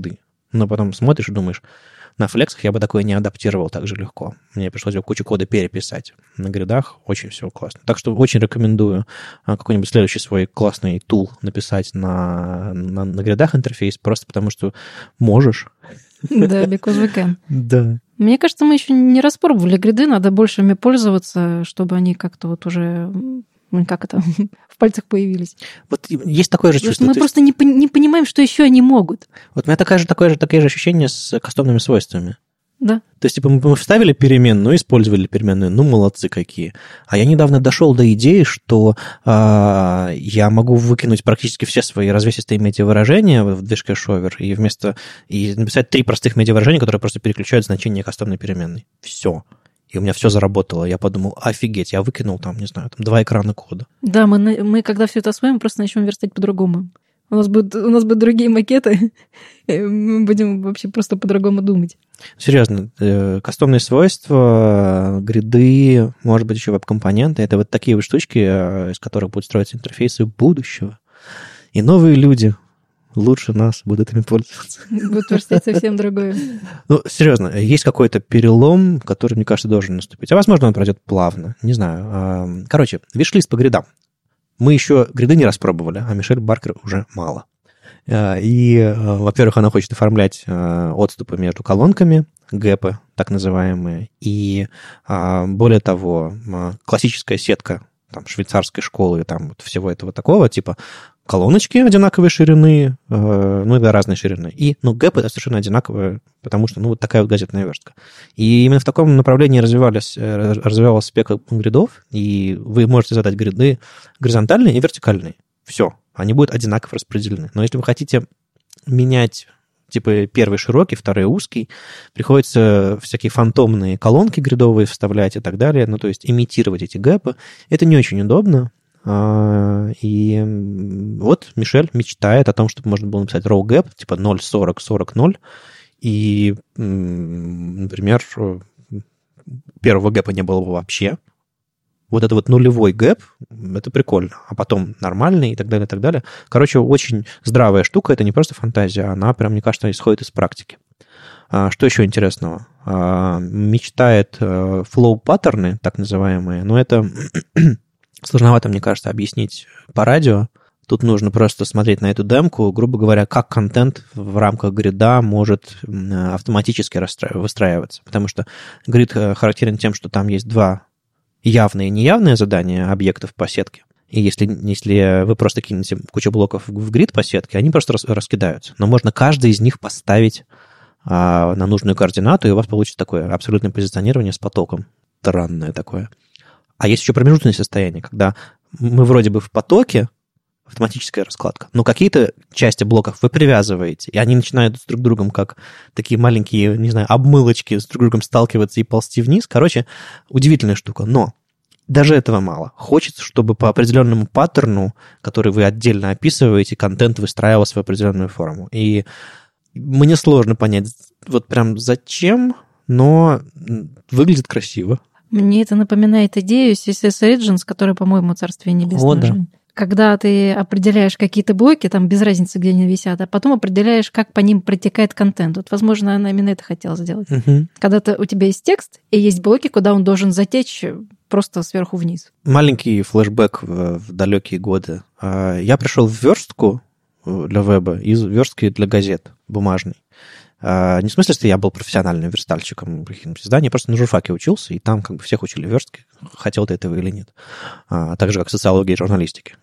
Но потом смотришь и думаешь, на флексах я бы такое не адаптировал так же легко. Мне пришлось бы кучу кода переписать. На гридах очень все классно. Так что очень рекомендую какой-нибудь следующий свой классный тул написать на, на, на гридах интерфейс, просто потому что можешь. Да, because we can. Да. Мне кажется, мы еще не распробовали гриды, надо больше ими пользоваться, чтобы они как-то вот уже... Как это? В пальцах появились. Вот есть такое же Потому чувство. Мы просто есть... не, не понимаем, что еще они могут. Вот у меня такое же, такое же, такое же ощущение с кастомными свойствами. Да. То есть, типа, мы вставили переменную, использовали переменную, ну, молодцы какие. А я недавно дошел до идеи, что э, я могу выкинуть практически все свои развесистые медиавыражения в движке Shower и вместо... и написать три простых медиавыражения, которые просто переключают значение кастомной переменной. Все. И у меня все заработало. Я подумал, офигеть, я выкинул там, не знаю, там два экрана кода. Да, мы, мы когда все это освоим, просто начнем верстать по-другому. У нас будут, у нас будут другие макеты, мы будем вообще просто по-другому думать. Серьезно, кастомные свойства, гриды, может быть, еще веб-компоненты, это вот такие вот штучки, из которых будут строиться интерфейсы будущего. И новые люди лучше нас будут ими пользоваться. Будут верстать совсем другое. Ну, серьезно, есть какой-то перелом, который, мне кажется, должен наступить. А возможно, он пройдет плавно, не знаю. Короче, виш-лист по гридам. Мы еще гриды не распробовали, а Мишель Баркер уже мало. И, во-первых, она хочет оформлять отступы между колонками, гэпы, так называемые. И, более того, классическая сетка там, швейцарской школы, там, вот всего этого такого, типа колоночки одинаковой ширины, ну, это разной ширины. И, ну, гэпы совершенно одинаковые, потому что, ну, вот такая вот газетная верстка. И именно в таком направлении развивались, развивалась спека гридов, и вы можете задать гриды горизонтальные и вертикальные. Все, они будут одинаково распределены. Но если вы хотите менять, типа, первый широкий, второй узкий, приходится всякие фантомные колонки гридовые вставлять и так далее, ну, то есть имитировать эти гэпы. Это не очень удобно. И вот Мишель мечтает о том, чтобы можно было написать row gap, типа ноль сорок сорок ноль, и, например, первого гэпа не было бы вообще. Вот это вот нулевой гэп, это прикольно. А потом нормальный и так далее, и так далее. Короче, очень здравая штука, это не просто фантазия, она прям, мне кажется, исходит из практики. Что еще интересного? Мечтает flow-паттерны, так называемые, но это... Сложновато, мне кажется, объяснить по радио. Тут нужно просто смотреть на эту демку, грубо говоря, как контент в рамках грида может автоматически выстраиваться. Потому что грид характерен тем, что там есть два явные и неявные задания объектов по сетке. И если, если вы просто кинете кучу блоков в грид по сетке, они просто рас, раскидаются. Но можно каждый из них поставить а, на нужную координату, и у вас получится такое абсолютное позиционирование с потоком. Странное такое. А есть еще промежуточное состояние, когда мы вроде бы в потоке, автоматическая раскладка, но какие-то части блоков вы привязываете, и они начинают с друг другом как такие маленькие, не знаю, обмылочки с друг другом сталкиваться и ползти вниз. Короче, удивительная штука. Но даже этого мало. Хочется, чтобы по определенному паттерну, который вы отдельно описываете, контент выстраивался в определенную форму. И мне сложно понять, вот прям зачем, но выглядит красиво. Мне это напоминает идею си эс эс Regions, которая, по-моему, Царствие Небесное. О, да. Когда ты определяешь какие-то блоки, там без разницы, где они висят, а потом определяешь, как по ним протекает контент. Вот, возможно, она именно это хотела сделать. Угу. Когда ты, у тебя есть текст, и есть блоки, куда он должен затечь просто сверху вниз. Маленький флешбэк в, в далекие годы. Я пришел в верстку для веба из верстки для газет бумажной. Не в смысле, что я был профессиональным верстальщиком издания, я просто на журфаке учился, и там как бы всех учили верстке, хотел ты этого или нет. А так же, как социология и журналистики.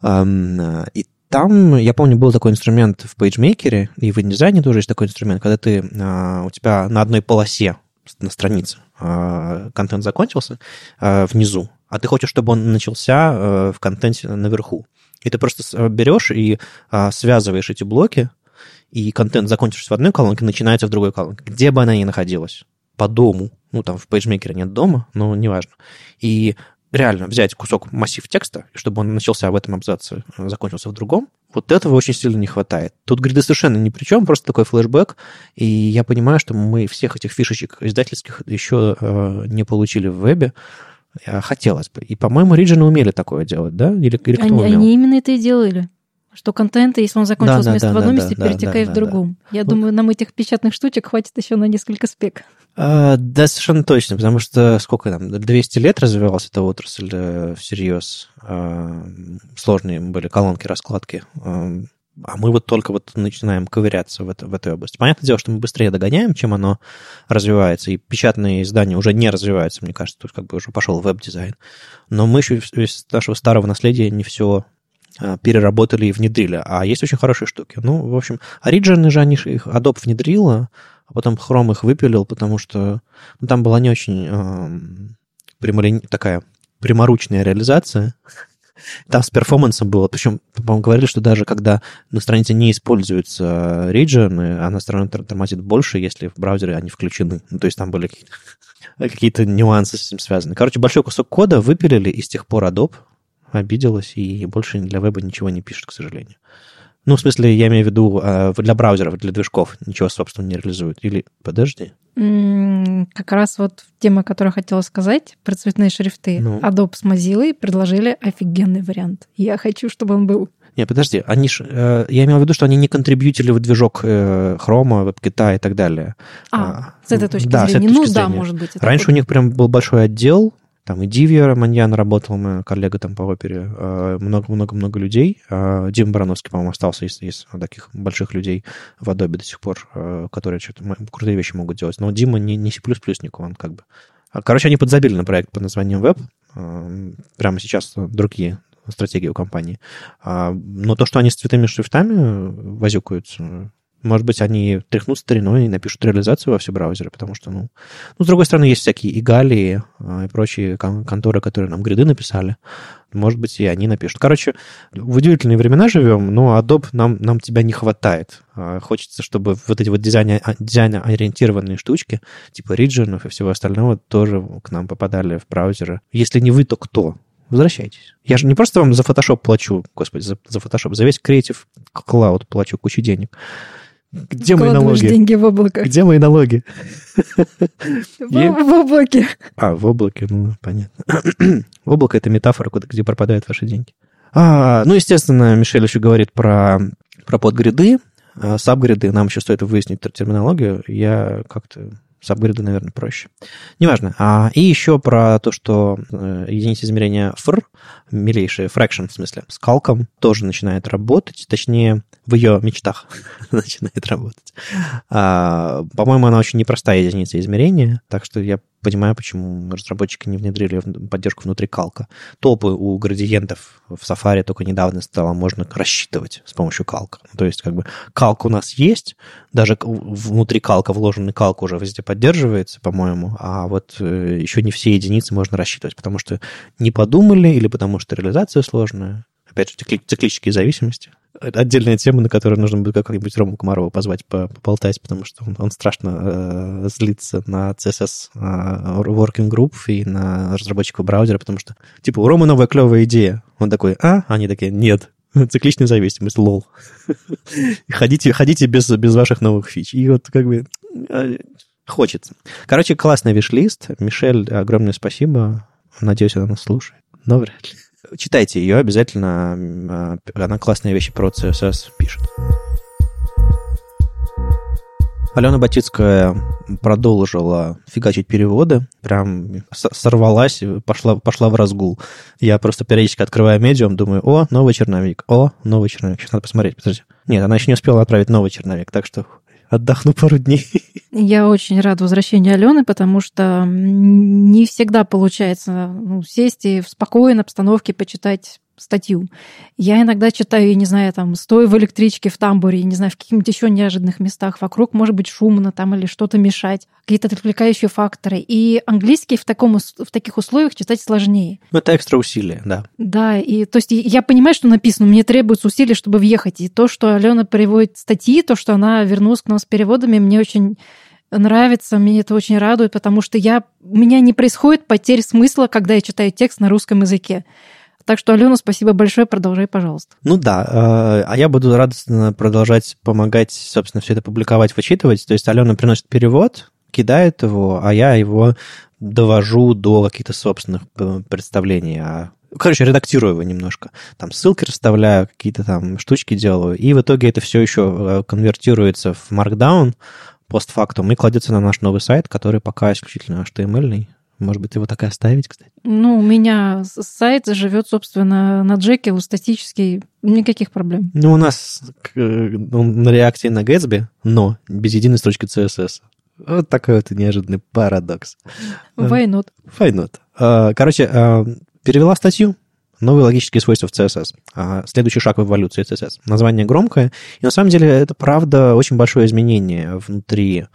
И там, я помню, был такой инструмент в PageMaker, и в InDesign тоже есть такой инструмент, когда ты, у тебя на одной полосе на странице контент закончился внизу, а ты хочешь, чтобы он начался в контенте наверху. И ты просто берешь и связываешь эти блоки, и контент, закончившись в одной колонке, начинается в другой колонке, где бы она ни находилась, по дому. Ну, там в PageMaker нет дома, но неважно. И реально взять кусок, массив текста, и чтобы он начался в этом абзаце, закончился в другом, вот этого очень сильно не хватает. Тут гриды совершенно ни при чем, просто такой флешбэк, и я понимаю, что мы всех этих фишечек издательских еще э, не получили в вебе. Хотелось бы. И, по-моему, Region умели такое делать, да? Или, или кто они, умел? Они именно это и делали. Что контент, если он закончился да, вместо да, в одном да, месте, да, перетекает да, в да, другом. да. Я Ну, думаю, нам этих печатных штучек хватит еще на несколько спек. А, да, совершенно точно, потому что сколько там, двести лет развивалась эта отрасль э, всерьез. А, сложные были колонки, раскладки. А, а мы вот только вот начинаем ковыряться в, это, в этой области. Понятное дело, что мы быстрее догоняем, чем оно развивается, и печатные издания уже не развиваются, мне кажется, то есть как бы уже пошел веб-дизайн. Но мы еще из нашего старого наследия не все переработали и внедрили. А есть очень хорошие штуки. Ну, в общем, Origin же они их Adobe внедрила, а потом Chrome их выпилил, потому что ну, там была не очень э, прямолин... такая пряморучная реализация. Там с перформансом было. Причем, по-моему, говорили, что даже когда на странице не используется Origin, она все равно тормозит больше, если в браузере они включены. Ну, то есть там были какие-то, какие-то нюансы с этим связаны. Короче, большой кусок кода выпилили, и с тех пор Adobe обиделась и больше для веба ничего не пишет, к сожалению. Ну, в смысле, я имею в виду для браузеров, для движков ничего, собственно, не реализует. Или, подожди. Как раз вот тема, которую я хотела сказать, про цветные шрифты. Ну. Adobe с Mozilla предложили офигенный вариант. Я хочу, чтобы он был. Не, подожди, они ж, э, я имел в виду, что они не контрибьютили в движок э, Chrome, WebKit и так далее. А, а, с этой точки да, зрения. С этой ну точки да, зрения. может быть. Раньше такой... у них прям был большой отдел, там и Дивьер Маньян работал, моя коллега там по опере, много-много-много людей. Дима Барановский, по-моему, остался из, из таких больших людей в Adobe до сих пор, которые что-то крутые вещи могут делать. Но Дима не, не C++-ник, он как бы... Короче, они подзабили на проект под названием Web. Прямо сейчас другие стратегии у компании. Но то, что они с цветными шрифтами возюкаются... Может быть, они тряхнут стариной и напишут реализацию во все браузеры, потому что, ну... Ну, с другой стороны, есть всякие Игалии и прочие конторы, которые нам гриды написали. Может быть, и они напишут. Короче, в удивительные времена живем, но Adobe нам, нам тебя не хватает. Хочется, чтобы вот эти вот дизайн, дизайн-ориентированные штучки, типа риджинов и всего остального, тоже к нам попадали в браузеры. Если не вы, то кто? Возвращайтесь. Я же не просто вам за Photoshop плачу, господи, за, за Photoshop, за весь Creative Cloud плачу кучу денег. Где мои налоги? Деньги в облако. Где мои налоги? В, в облаке. А, в облаке, ну, понятно. В облако — это метафора, куда, где пропадают ваши деньги. А, ну, естественно, Мишель еще говорит про, про подгриды, сабгриды. Нам еще стоит выяснить терминологию. Я как-то... Сабгриды, наверное, проще. Неважно. А, и еще про то, что э, единица измерения фр, милейшая, fraction, в смысле, с калком, тоже начинает работать, точнее, в ее мечтах начинает работать. А, по-моему, она очень непростая единица измерения, так что я понимаю, почему разработчики не внедрили поддержку внутри калка. Топы у градиентов в Safari только недавно стало можно рассчитывать с помощью калка. То есть, как бы, калк у нас есть, даже внутри калка вложенный калк уже везде поддерживается, по-моему, а вот еще не все единицы можно рассчитывать, потому что не подумали или потому что реализация сложная. Опять же, циклические зависимости. Отдельная тема, на которую нужно будет как-нибудь Рому Комарова позвать, поболтать, потому что он, он страшно э, злится на си эс эс э, Working Group и на разработчиков браузера, потому что, типа, у Ромы новая клевая идея. Он такой, а? Они такие, нет. Цикличная зависимость, лол. Ходите, ходите без, без ваших новых фич. И вот как бы хочется. Короче, классный виш-лист. Мишель, огромное спасибо. Надеюсь, она нас слушает. Но вряд ли. Читайте ее обязательно. Она классные вещи про си эс эс пишет. Алена Батицкая продолжила фигачить переводы, прям сорвалась, пошла, пошла в разгул. Я просто периодически открываю Medium, думаю, о, новый черновик, о, новый черновик. Сейчас надо посмотреть, подожди. Нет, она еще не успела отправить новый черновик, так что отдохну пару дней. Я очень рада возвращению Алены, потому что не всегда получается ну, сесть и в спокойной обстановке почитать статью. Я иногда читаю, я не знаю, там, стоя в электричке, в тамбуре, не знаю, в каких-нибудь еще неожиданных местах. Вокруг может быть шумно там или что-то мешать, какие-то отвлекающие факторы. И английский в, таком, в таких условиях читать сложнее. Ну, это экстра усилия, да. Да, и то есть я понимаю, что написано, мне требуется усилий, чтобы въехать. И то, что Алена переводит статьи, то, что она вернулась к нам с переводами, мне очень нравится, меня это очень радует, потому что я, у меня не происходит потерь смысла, когда я читаю текст на русском языке. Так что, Алена, спасибо большое, продолжай, пожалуйста. Ну да, а я буду радостно продолжать помогать, собственно, все это публиковать, вычитывать. То есть Алена приносит перевод, кидает его, а я его довожу до каких-то собственных представлений о Короче, редактирую его немножко. Там ссылки расставляю, какие-то там штучки делаю, и в итоге это все еще конвертируется в Markdown постфактум и кладется на наш новый сайт, который пока исключительно эйч ти эм эль-ный. Может быть, его так и оставить, кстати? Ну, у меня сайт живет, собственно, на Jekyll, статический, никаких проблем. Ну, у нас на реакции на Gatsby, но без единой строчки си эс эс. Вот такой вот неожиданный парадокс. Why not? Why not? Короче, перевела статью «Новые логические свойства в си эс эс». Следующий шаг в эволюции си эс эс. Название громкое. И на самом деле это, правда, очень большое изменение внутри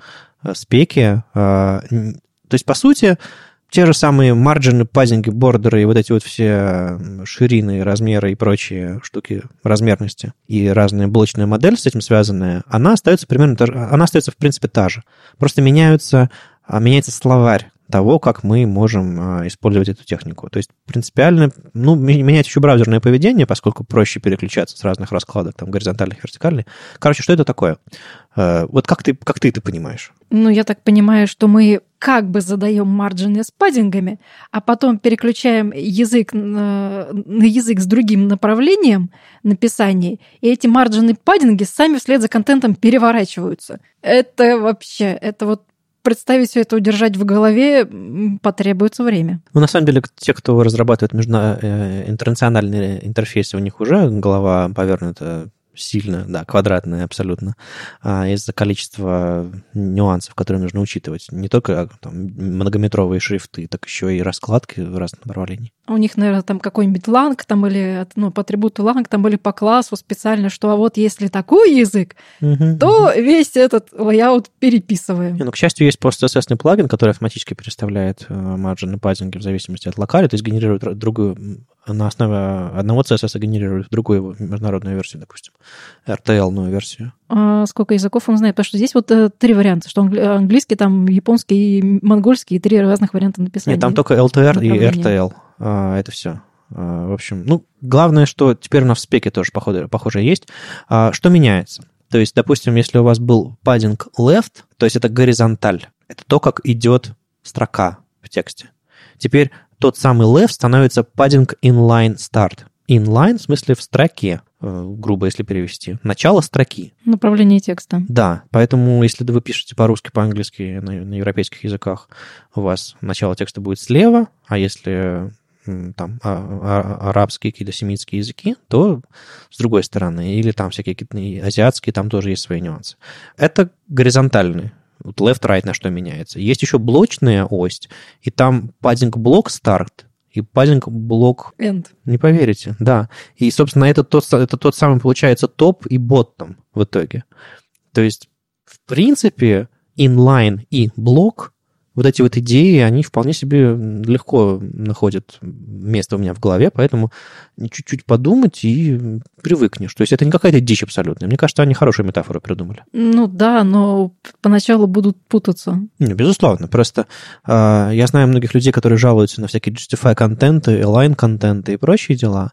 спеки. То есть, по сути, те же самые марджины, паддинги, бордеры и вот эти вот все ширины, размеры и прочие штуки размерности и разная блочная модель с этим связанная, она остается примерно, она остается в принципе та же. Просто меняются, меняется словарь того, как мы можем использовать эту технику. То есть принципиально, ну, менять еще браузерное поведение, поскольку проще переключаться с разных раскладок, там, горизонтальных, вертикальных. Короче, что это такое? Вот как ты, как ты это понимаешь? Ну, я так понимаю, что мы как бы задаем марджины с паддингами, а потом переключаем язык на, на язык с другим направлением написания, и эти марджины паддинги сами вслед за контентом переворачиваются. Это вообще, это вот представить все это, удержать в голове, потребуется время. Ну, на самом деле, те, кто разрабатывает между... интернациональные интерфейсы, у них уже голова повернута сильно, да, квадратная абсолютно, из-за количества нюансов, которые нужно учитывать. Не только там, многометровые шрифты, так еще и раскладки в разных направлениях. У них, наверное, там какой-нибудь ланг, там или, ну, по атрибуту ланг, там были по классу специально, что а вот если такой язык, угу, то угу. весь этот лейаут переписываем. Не, ну, к счастью, есть пост-си-эс-ный плагин, который автоматически переставляет марджины, паддинги в зависимости от локали, то есть генерирует другую, на основе одного си эс эс генерирует другую международную версию, допустим, эр ти эл-ную версию. А сколько языков он знает? Потому что здесь вот э, три варианта, что английский, там японский и монгольский, и три разных варианта написания. Нет, там только эл ти ар и эр ти эл. А, это все. А, в общем, ну, главное, что теперь у нас в спеке тоже похоже, похоже есть. А, что меняется? То есть, допустим, если у вас был padding left, то есть это горизонталь, это то, как идет строка в тексте. Теперь тот самый left становится padding inline start. Inline в смысле в строке, грубо если перевести. Начало строки. Направление текста. Да, поэтому если вы пишете по-русски, по-английски, на, на европейских языках, у вас начало текста будет слева, а если там а, а, арабские какие-то семитские языки, то с другой стороны. Или там всякие какие-то азиатские, там тоже есть свои нюансы. Это горизонтальный. Вот left-right на что меняется. Есть еще блочная ось, и там padding блок start и padding блок end. Не поверите, да. И, собственно, это тот, это тот самый, получается, топ и bottom в итоге. То есть, в принципе, inline и блок, вот эти вот идеи, они вполне себе легко находят место у меня в голове, поэтому чуть-чуть подумать и привыкнешь. То есть это не какая-то дичь абсолютная. Мне кажется, они хорошую метафору придумали. Ну да, но поначалу будут путаться. Не, безусловно. Просто э, я знаю многих людей, которые жалуются на всякие justify контенты, align контенты и прочие дела.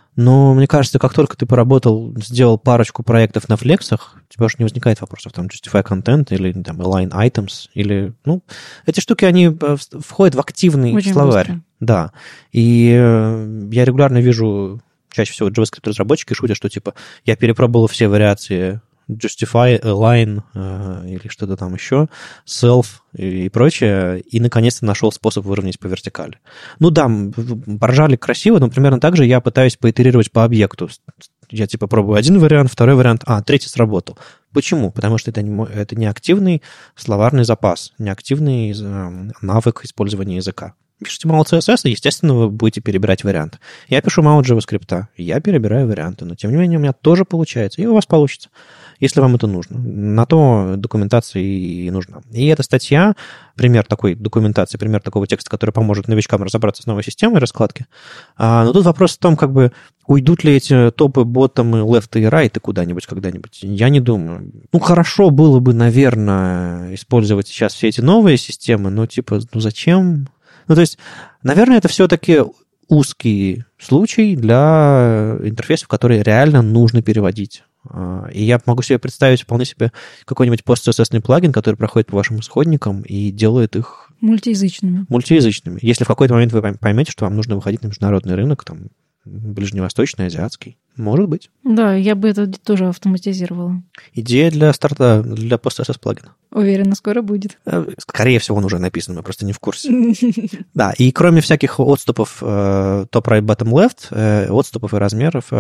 Но мне кажется, как только ты поработал, сделал парочку проектов на флексах, у тебя уже не возникает вопросов, там, justify content или там, align items, или, ну, эти штуки, они входят в активный Очень словарь. быстро. Да. И я регулярно вижу, чаще всего JavaScript-разработчики шутят, что, типа, я перепробовал все вариации justify, align э, или что-то там еще, self и, и прочее, и наконец-то нашел способ выровнять по вертикали. Ну да, поржали красиво, но примерно так же я пытаюсь поитерировать по объекту. Я типа пробую один вариант, второй вариант, а, третий сработал. Почему? Потому что это не, это не активный словарный запас, не активный э, навык использования языка. Пишите мало си эс эс, естественно, вы будете перебирать варианты. Я пишу мало JavaScript, я перебираю варианты, но тем не менее у меня тоже получается, и у вас получится, если вам это нужно. На то документация и нужна. И эта статья, пример такой документации, пример такого текста, который поможет новичкам разобраться с новой системой раскладки. А, но тут вопрос в том, как бы, уйдут ли эти топы, ботомы, left и right куда-нибудь когда-нибудь. Я не думаю. Ну, хорошо было бы, наверное, использовать сейчас все эти новые системы, но типа, ну зачем? Ну, то есть, наверное, это все-таки узкий случай для интерфейсов, которые реально нужно переводить. И я могу себе представить вполне себе какой-нибудь пост-си эс эс-ный плагин, который проходит по вашим исходникам и делает их Мультиязычными. Мультиязычными. Если в какой-то момент вы поймете, что вам нужно выходить на международный рынок, там, ближневосточный, азиатский, может быть. Да, я бы это тоже автоматизировала. Идея для старта, для PostSS плагина. Уверена, скоро будет. Скорее всего, он уже написан, мы просто не в курсе. Да, и кроме всяких отступов top right, bottom left, отступов и размеров,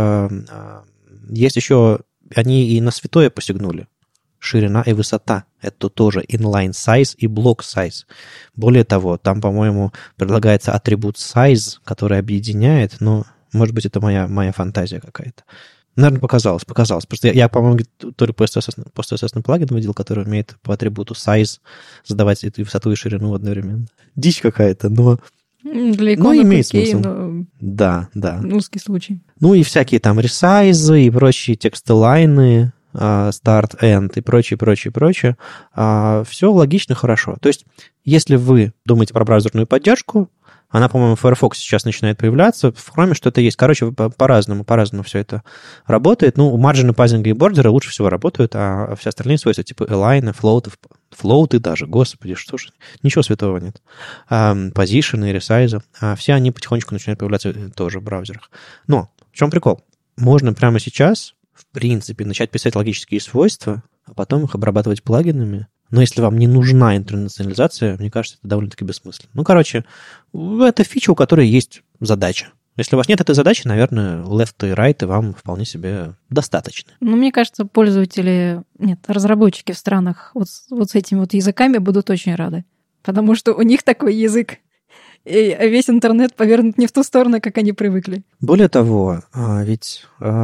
есть еще, они и на святое посягнули. Ширина и высота. Это тоже inline size и block size. Более того, там, по-моему, предлагается атрибут size, который объединяет, но, может быть, это моя, моя фантазия какая-то. Наверное, показалось, показалось. Просто я, я по-моему, то ли PostSS плагин видел, который умеет по атрибуту size задавать и высоту, и ширину одновременно. Дичь какая-то, но... Для иконок ну, имеет окей, смысл. Но... Да, да. Узкий случай. Ну и всякие там ресайзы и прочие текстолайны, старт, end и прочее, прочее, прочее. Все логично, хорошо. То есть, если вы думаете про браузерную поддержку, она, по-моему, в Firefox сейчас начинает появляться, в Chrome что-то есть. Короче, по-разному, по-разному все это работает. Ну, марджины, пазинга и бордеры лучше всего работают, а все остальные свойства, типа align, float, флоуты даже, господи, что ж, ничего святого нет. Позишены, ресайзы, все они потихонечку начинают появляться тоже в браузерах. Но в чем прикол? Можно прямо сейчас, в принципе, начать писать логические свойства, а потом их обрабатывать плагинами. Но если вам не нужна интернационализация, мне кажется, это довольно-таки бессмысленно. Ну, короче, это фича, у которой есть задача. Если у вас нет этой задачи, наверное, left и right вам вполне себе достаточно. Ну, мне кажется, пользователи, нет, разработчики в странах вот, вот с этими вот языками будут очень рады. Потому что у них такой язык. И весь интернет повернут не в ту сторону, как они привыкли. Более того, ведь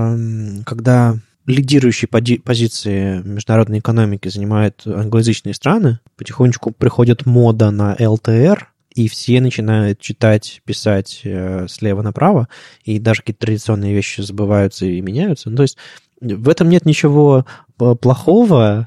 когда лидирующие позиции международной экономики занимают англоязычные страны, потихонечку приходит мода на эл ти эр, и все начинают читать, писать слева направо, и даже какие-то традиционные вещи забываются и меняются. Ну, то есть в этом нет ничего плохого,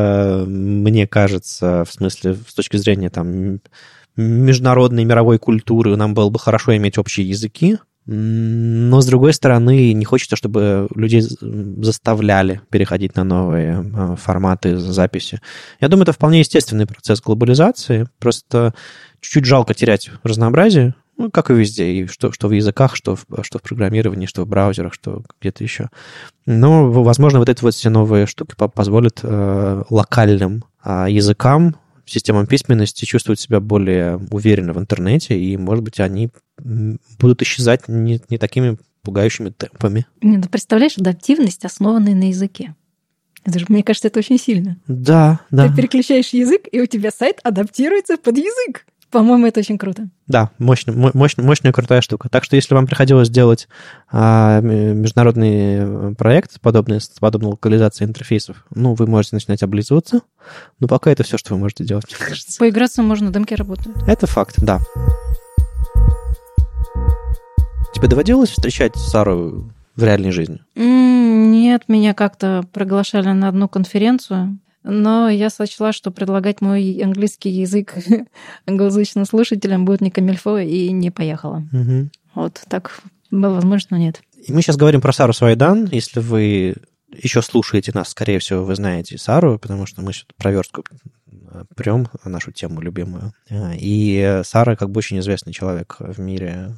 мне кажется, в смысле, с точки зрения там, международной мировой культуры, нам было бы хорошо иметь общие языки, но, с другой стороны, не хочется, чтобы людей заставляли переходить на новые форматы записи. Я думаю, это вполне естественный процесс глобализации. Просто чуть-чуть жалко терять разнообразие, ну, как и везде, и что, что в языках, что в, что в программировании, что в браузерах, что где-то еще. Но, возможно, вот эти вот все новые штуки позволят э, локальным э, языкам, системам письменности чувствовать себя более уверенно в интернете, и, может быть, они будут исчезать не, не такими пугающими темпами. Нет, представляешь, адаптивность, основанная на языке. Это же, мне кажется, это очень сильно. Да, да. Ты переключаешь язык, и у тебя сайт адаптируется под язык. По-моему, это очень круто. Да, мощная, мощная, мощная крутая штука. Так что, если вам приходилось делать а, международный проект, подобный, с подобной локализацией интерфейсов, ну, вы можете начинать облизываться, но пока это все, что вы можете делать, мне кажется. Поиграться можно, демки работают. Это факт, да. Тебе доводилось встречать Сару в реальной жизни? Нет, меня как-то приглашали на одну конференцию, но я сочла, что предлагать мой английский язык англоязычным слушателям будет не камильфо, и не поехала. Угу. Вот так было возможно, но нет. И мы сейчас говорим про Сару Свайдан. Если вы еще слушаете нас, скорее всего, вы знаете Сару, потому что мы что-то про верстку прем, нашу тему любимую. И Сара как бы очень известный человек в мире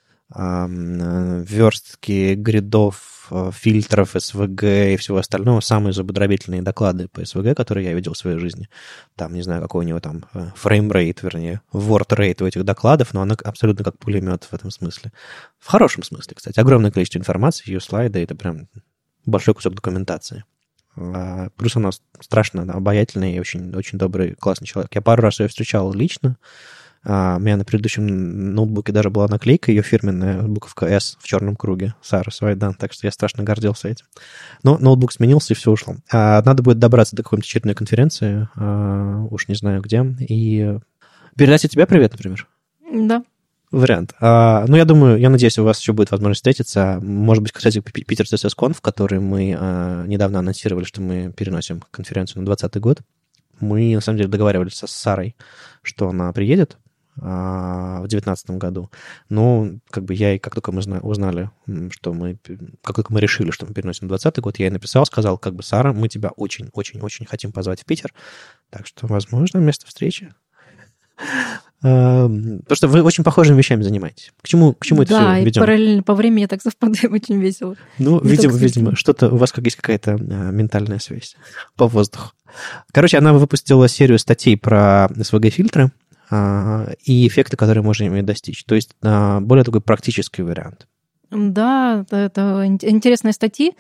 верстки, гридов, фильтров, эс ви джи и всего остального. Самые зубодробительные доклады по эс ви джи, которые я видел в своей жизни. Там, не знаю, какой у него там фреймрейт, вернее, ворд-рейт у этих докладов, но она абсолютно как пулемет в этом смысле. В хорошем смысле, кстати. Огромное количество информации, ее слайды, это прям большой кусок документации. Плюс она страшно обаятельная и очень, очень добрый, классный человек. Я пару раз ее встречал лично. Uh, у меня на предыдущем ноутбуке даже была наклейка, ее фирменная, буковка S в черном круге, Сара Свайдан, так что я страшно гордился этим. Но ноутбук сменился, и все ушло. Uh, надо будет добраться до какой-нибудь очередной конференции, uh, уж не знаю где, и передать от тебя привет, например. Да. Вариант. Uh, ну, я думаю, я надеюсь, у вас еще будет возможность встретиться. Может быть, кстати, Питер си эс эс конф, который мы uh, недавно анонсировали, что мы переносим конференцию на двадцатый год. Мы, на самом деле, договаривались со Сарой, что она приедет в девятнадцатом году. Но как бы я, и как только мы узнали, что мы, как только мы решили, что мы переносим двадцатый год, я ей написал, сказал, как бы, Сара, мы тебя очень-очень-очень хотим позвать в Питер, так что, возможно, место встречи Потому что вы очень похожими вещами занимаетесь. К чему, к чему это да, все ведем? Да, и параллельно по времени так совпадаем, очень весело. Ну, не видимо, видимо, что-то у вас как есть какая-то а, ментальная связь по воздуху. Короче, она выпустила серию статей про эс ви джи-фильтры а, и эффекты, которые можно ими достичь. То есть а, более такой практический вариант. Да, это интересные статьи.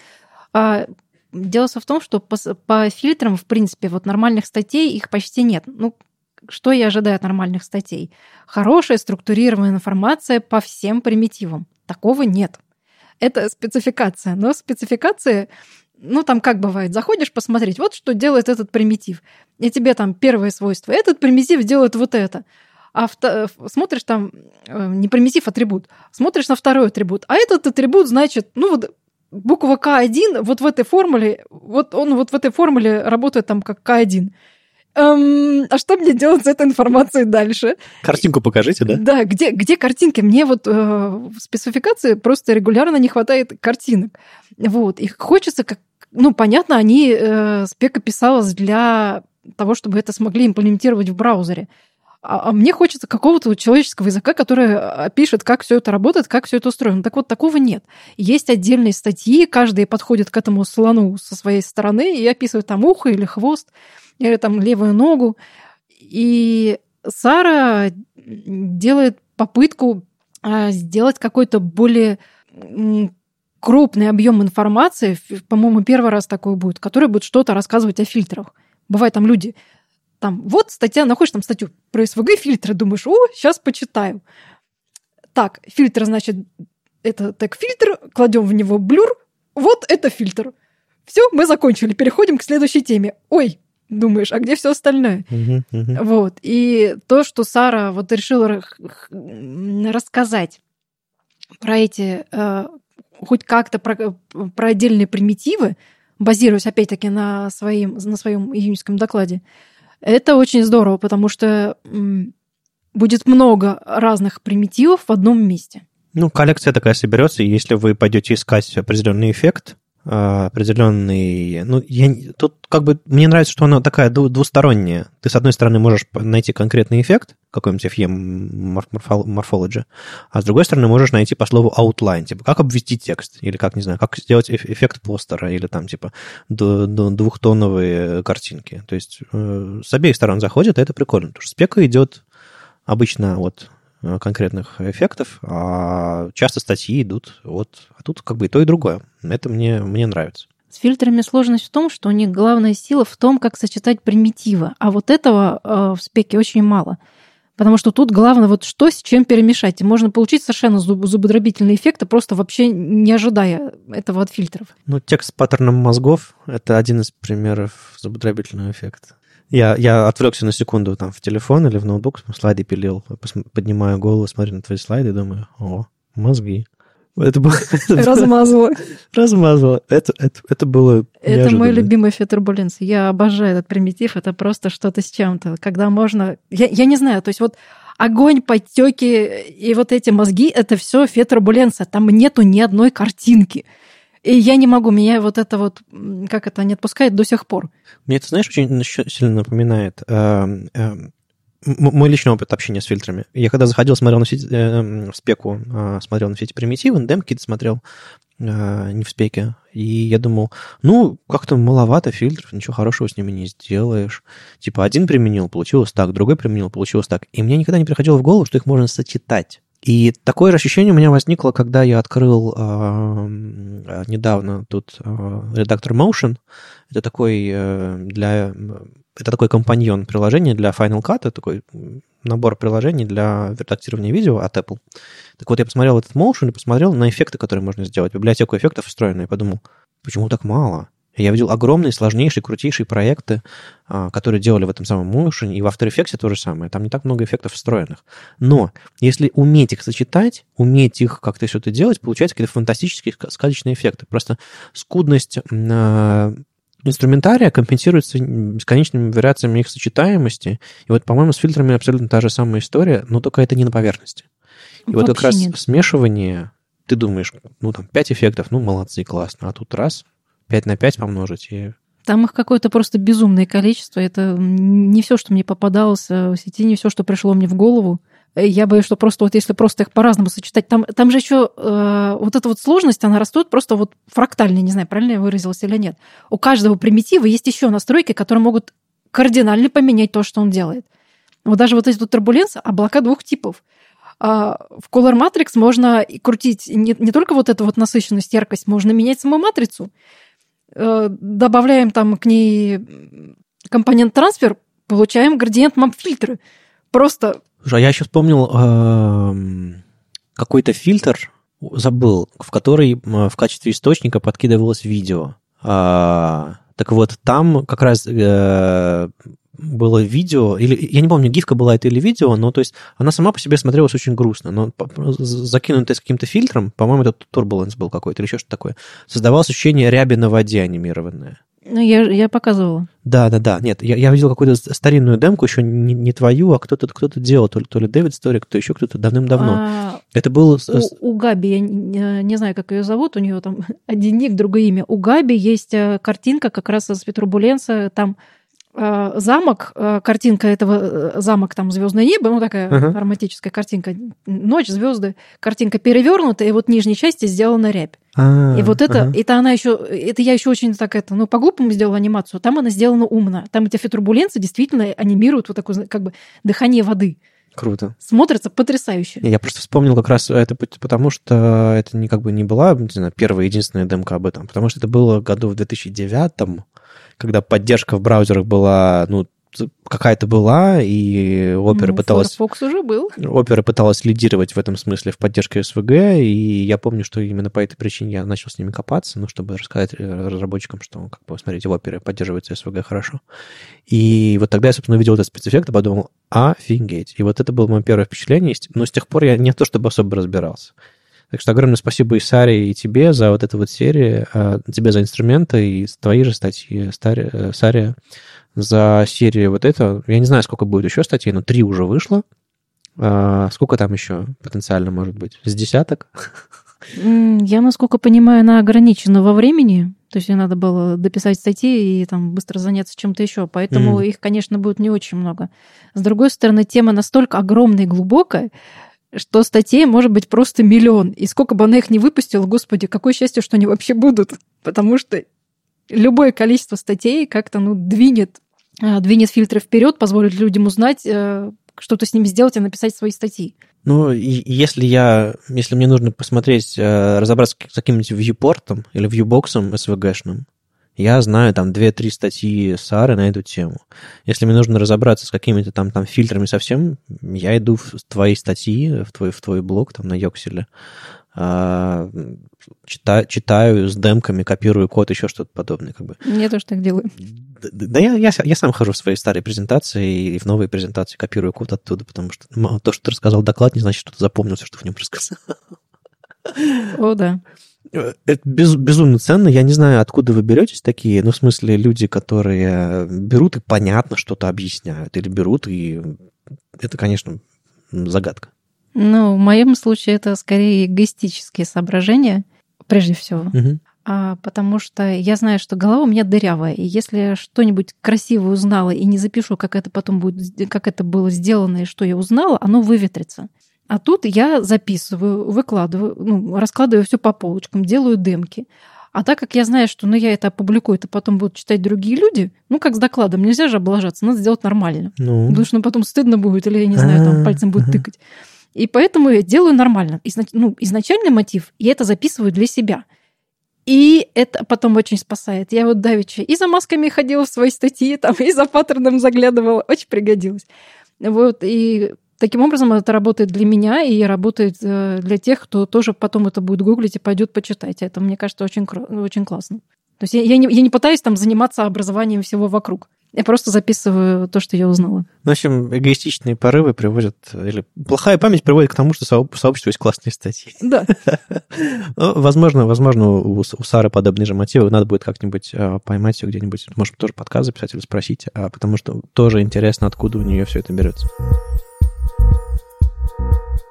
Дело в том, что по, по фильтрам, в принципе, вот нормальных статей их почти нет. Ну, что я ожидаю от нормальных статей? Хорошая структурированная информация по всем примитивам. Такого нет. Это спецификация. Но спецификация, ну, там как бывает, заходишь посмотреть, вот что делает этот примитив. И тебе там первое свойство. Этот примитив делает вот это. А вто... смотришь там, не примитив, атрибут. Смотришь на второй атрибут. А этот атрибут, значит, ну, вот буква ка один вот в этой формуле, вот он вот в этой формуле работает там как ка один. Эм, а что мне делать с этой информацией дальше? Картинку покажите, да? Да, где, где картинки? Мне вот э, в спецификации просто регулярно не хватает картинок. Вот, и хочется, как, ну, понятно, они, э, спека писалась для того, чтобы это смогли имплементировать в браузере. А, а мне хочется какого-то человеческого языка, который опишет, как все это работает, как все это устроено. Так вот, такого нет. Есть отдельные статьи, каждый подходит к этому слону со своей стороны и описывает там ухо или хвост, или там левую ногу. И Сара делает попытку сделать какой-то более крупный объем информации, по-моему, первый раз такой будет, который будет что-то рассказывать о фильтрах. Бывает там люди, там, вот статья, находишь там статью про эс ви джи-фильтры, думаешь, о, сейчас почитаю. Так, фильтр, значит, это тег-фильтр, кладем в него блюр, вот это фильтр. Все, мы закончили, переходим к следующей теме. Ой, думаешь, а где все остальное? Uh-huh, uh-huh. Вот. И то, что Сара вот решила рассказать про эти, э, хоть как-то про, про отдельные примитивы, базируясь опять-таки на своем, на своем июньском докладе, это очень здорово, потому что м, будет много разных примитивов в одном месте. Ну, коллекция такая соберется, и если вы пойдете искать определенный эффект, определенный... Ну, я, тут как бы мне нравится, что она такая двусторонняя. Ты, с одной стороны, можешь найти конкретный эффект, какой-нибудь эф и эм Morphology, а с другой стороны, можешь найти по слову outline, типа, как обвести текст, или как, не знаю, как сделать эффект постера, или там, типа, двухтоновые картинки. То есть с обеих сторон заходит, и это прикольно, потому что спека идет обычно от конкретных эффектов, а часто статьи идут от... А тут как бы и то, и другое. Это мне, мне нравится. С фильтрами сложность в том, что у них главная сила в том, как сочетать примитивы. А вот этого э, в спеке очень мало. Потому что тут главное вот что с чем перемешать. И можно получить совершенно зуб- зубодробительные эффекты, просто вообще не ожидая этого от фильтров. Ну, текст с паттерном мозгов — это один из примеров зубодробительного эффекта. Я, я отвлекся на секунду там в телефон или в ноутбук, слайды пилил, поднимаю голову, смотрю на твои слайды и думаю, о, мозги. Это было... Размазывала. Размазывала. Это, это, это было неожиданно. Это мой любимый эффект турбуленции. Я обожаю этот примитив. Это просто что-то с чем-то. Когда можно... Я, я не знаю, то есть вот огонь, подтеки и вот эти мозги — это все эффект турбуленция. Там нету ни одной картинки. И я не могу, меня вот это вот, как это, не отпускает до сих пор. Мне это, знаешь, очень сильно напоминает э, э, мой личный опыт общения с фильтрами. Я когда заходил, смотрел на все, э, в спеку, э, смотрел на все эти примитивы, на демки смотрел, э, не в спеке, и я думал, ну, как-то маловато фильтров, ничего хорошего с ними не сделаешь. Типа один применил, получилось так, другой применил, получилось так. И мне никогда не приходило в голову, что их можно сочетать. И такое же ощущение у меня возникло, когда я открыл э, недавно тут э, редактор Motion. Это такой, э, для, это такой компаньон приложения для Final Cut, это такой набор приложений для редактирования видео от Apple. Так вот, я посмотрел этот Motion и посмотрел на эффекты, которые можно сделать, библиотеку эффектов встроенную, и подумал, почему так мало? Я видел огромные, сложнейшие, крутейшие проекты, которые делали в этом самом Motion, и в After Effects то же самое. Там не так много эффектов встроенных. Но если уметь их сочетать, уметь их как-то что-то делать, получаются какие-то фантастические сказочные эффекты. Просто скудность инструментария компенсируется бесконечными вариациями их сочетаемости. И вот, по-моему, с фильтрами абсолютно та же самая история, но только это не на поверхности. И вообще вот как раз нет. Смешивание, ты думаешь, ну там пять эффектов, ну молодцы, классно, а тут раз... пять на пять помножить, и Там их какое-то просто безумное количество. Это не все, что мне попадалось в сети, не все, что пришло мне в голову. Я боюсь, что просто вот если просто их по-разному сочетать, там, там же еще э, вот эта вот сложность, она растет просто вот фрактально, не знаю, правильно я выразилась или нет. У каждого примитива есть еще настройки, которые могут кардинально поменять то, что он делает. Вот даже вот эти вот турбуленции, облака двух типов. А в Color Matrix можно крутить не, не только вот эту вот насыщенность, яркость, можно менять саму матрицу. Э, добавляем там к ней компонент трансфер, получаем градиент мап-фильтры. Просто... Слушай, а я еще вспомнил э, какой-то фильтр, забыл, в который в качестве источника подкидывалось видео. А, так вот, там как раз э, было видео, или я не помню, гифка была это или видео, но то есть она сама по себе смотрелась очень грустно, но закинутая с каким-то фильтром, по-моему, это Turbulence был какой-то или еще что-то такое, создавалось ощущение ряби на воде анимированное. Ну, я, я показывала. Да, да, да. Нет, я, я видел какую-то старинную демку, еще не, не твою, а кто-то, кто-то делал, то ли, то ли Дэвид Сторик, то еще кто-то давным-давно. А, это был... У, у Габи, я не, не знаю, как ее зовут, у нее там один ник, другое имя. У Габи есть картинка как раз из Турбуленса, там замок, картинка этого замок, там звездное небо, ну такая uh-huh. романтическая картинка, ночь, звезды, картинка перевернута, и вот в нижней части сделана рябь. А, и вот это, ага. это она еще, это я еще очень так это, ну по-глупому сделала анимацию, там она сделана умно, там эти турбуленции действительно анимируют вот такое как бы дыхание воды. Круто. Смотрится потрясающе. Я просто вспомнил как раз это потому, что это не как бы не была, не знаю, первая единственная демка об этом, потому что это было году в две тысячи девятом, когда поддержка в браузерах была, ну, какая-то была, и Opera ну, пыталась... Firefox уже был. Opera пыталась лидировать в этом смысле в поддержке эс ви джи, и я помню, что именно по этой причине я начал с ними копаться, ну, чтобы рассказать разработчикам, что, как бы, смотрите, в Opera поддерживается эс ви джи хорошо. И вот тогда я, собственно, увидел этот спецэффект и подумал, офигеть. И вот это было мое первое впечатление, но с тех пор я не то чтобы особо разбирался. Так что огромное спасибо и Саре, и тебе за вот эту вот серию, тебе за инструменты, и твои же статьи, Саре, за серию вот это. Я не знаю, сколько будет еще статей, но три уже вышло. Сколько там еще потенциально может быть? С десяток? Я, насколько понимаю, она ограничена во времени. То есть ей надо было дописать статьи и там быстро заняться чем-то еще. Поэтому mm. их, конечно, будет не очень много. С другой стороны, тема настолько огромная и глубокая, что статей может быть просто миллион. И сколько бы она их ни выпустила, господи, какое счастье, что они вообще будут. Потому что любое количество статей как-то ну, двинет, двинет фильтры вперед, позволит людям узнать, что-то с ними сделать и написать свои статьи. Ну, и если я, если мне нужно посмотреть, разобраться с каким-нибудь вьюпортом или вьюбоксом эс ви джи-шным, я знаю там две-три статьи Сары на эту тему. Если мне нужно разобраться с какими-то там, там фильтрами совсем, я иду в твои статьи, в твой, в твой блог там на Йокселе, читаю, читаю с демками, копирую код, еще что-то подобное. Как бы. Я тоже так делаю. Да, да я, я, я сам хожу в свои старые презентации и в новые презентации копирую код оттуда, потому что то, что ты рассказал доклад, не значит, что ты запомнил все, что в нем рассказал. О, да. Это без, безумно ценно. Я не знаю, откуда вы беретесь такие, ну, в смысле, люди, которые берут и понятно что-то объясняют, или берут и... Это, конечно, загадка. Ну, в моем случае это скорее эгоистические соображения, прежде всего. Угу. А, потому что я знаю, что голова у меня дырявая, и если я что-нибудь красивое узнала и не запишу, как это потом будет, как это было сделано и что я узнала, оно выветрится. А тут я записываю, выкладываю, ну, раскладываю все по полочкам, делаю демки. А так как я знаю, что ну, я это опубликую, это потом будут читать другие люди, ну, как с докладом, нельзя же облажаться, надо сделать нормально. Ну. Потому что ну, потом стыдно будет, или, я не знаю, там пальцем будет тыкать. И поэтому я делаю нормально. Изнач... Ну, изначальный мотив, я это записываю для себя. И это потом очень спасает. Я вот давеча и за масками ходила в свои статьи, там, и за паттерном заглядывала. Очень пригодилось. Вот, и... Таким образом, это работает для меня и работает для тех, кто тоже потом это будет гуглить и пойдет почитать. Это, мне кажется, очень, очень классно. То есть я, я, не, я не пытаюсь там заниматься образованием всего вокруг. Я просто записываю то, что я узнала. В общем, эгоистичные порывы приводят... Или плохая память приводит к тому, что в сообществе есть классные статьи. Да. Возможно, возможно, у Сары подобные же мотивы. Надо будет как-нибудь поймать ее где-нибудь. Может, тоже подкаст записать или спросить. Потому что тоже интересно, откуда у нее все это берется.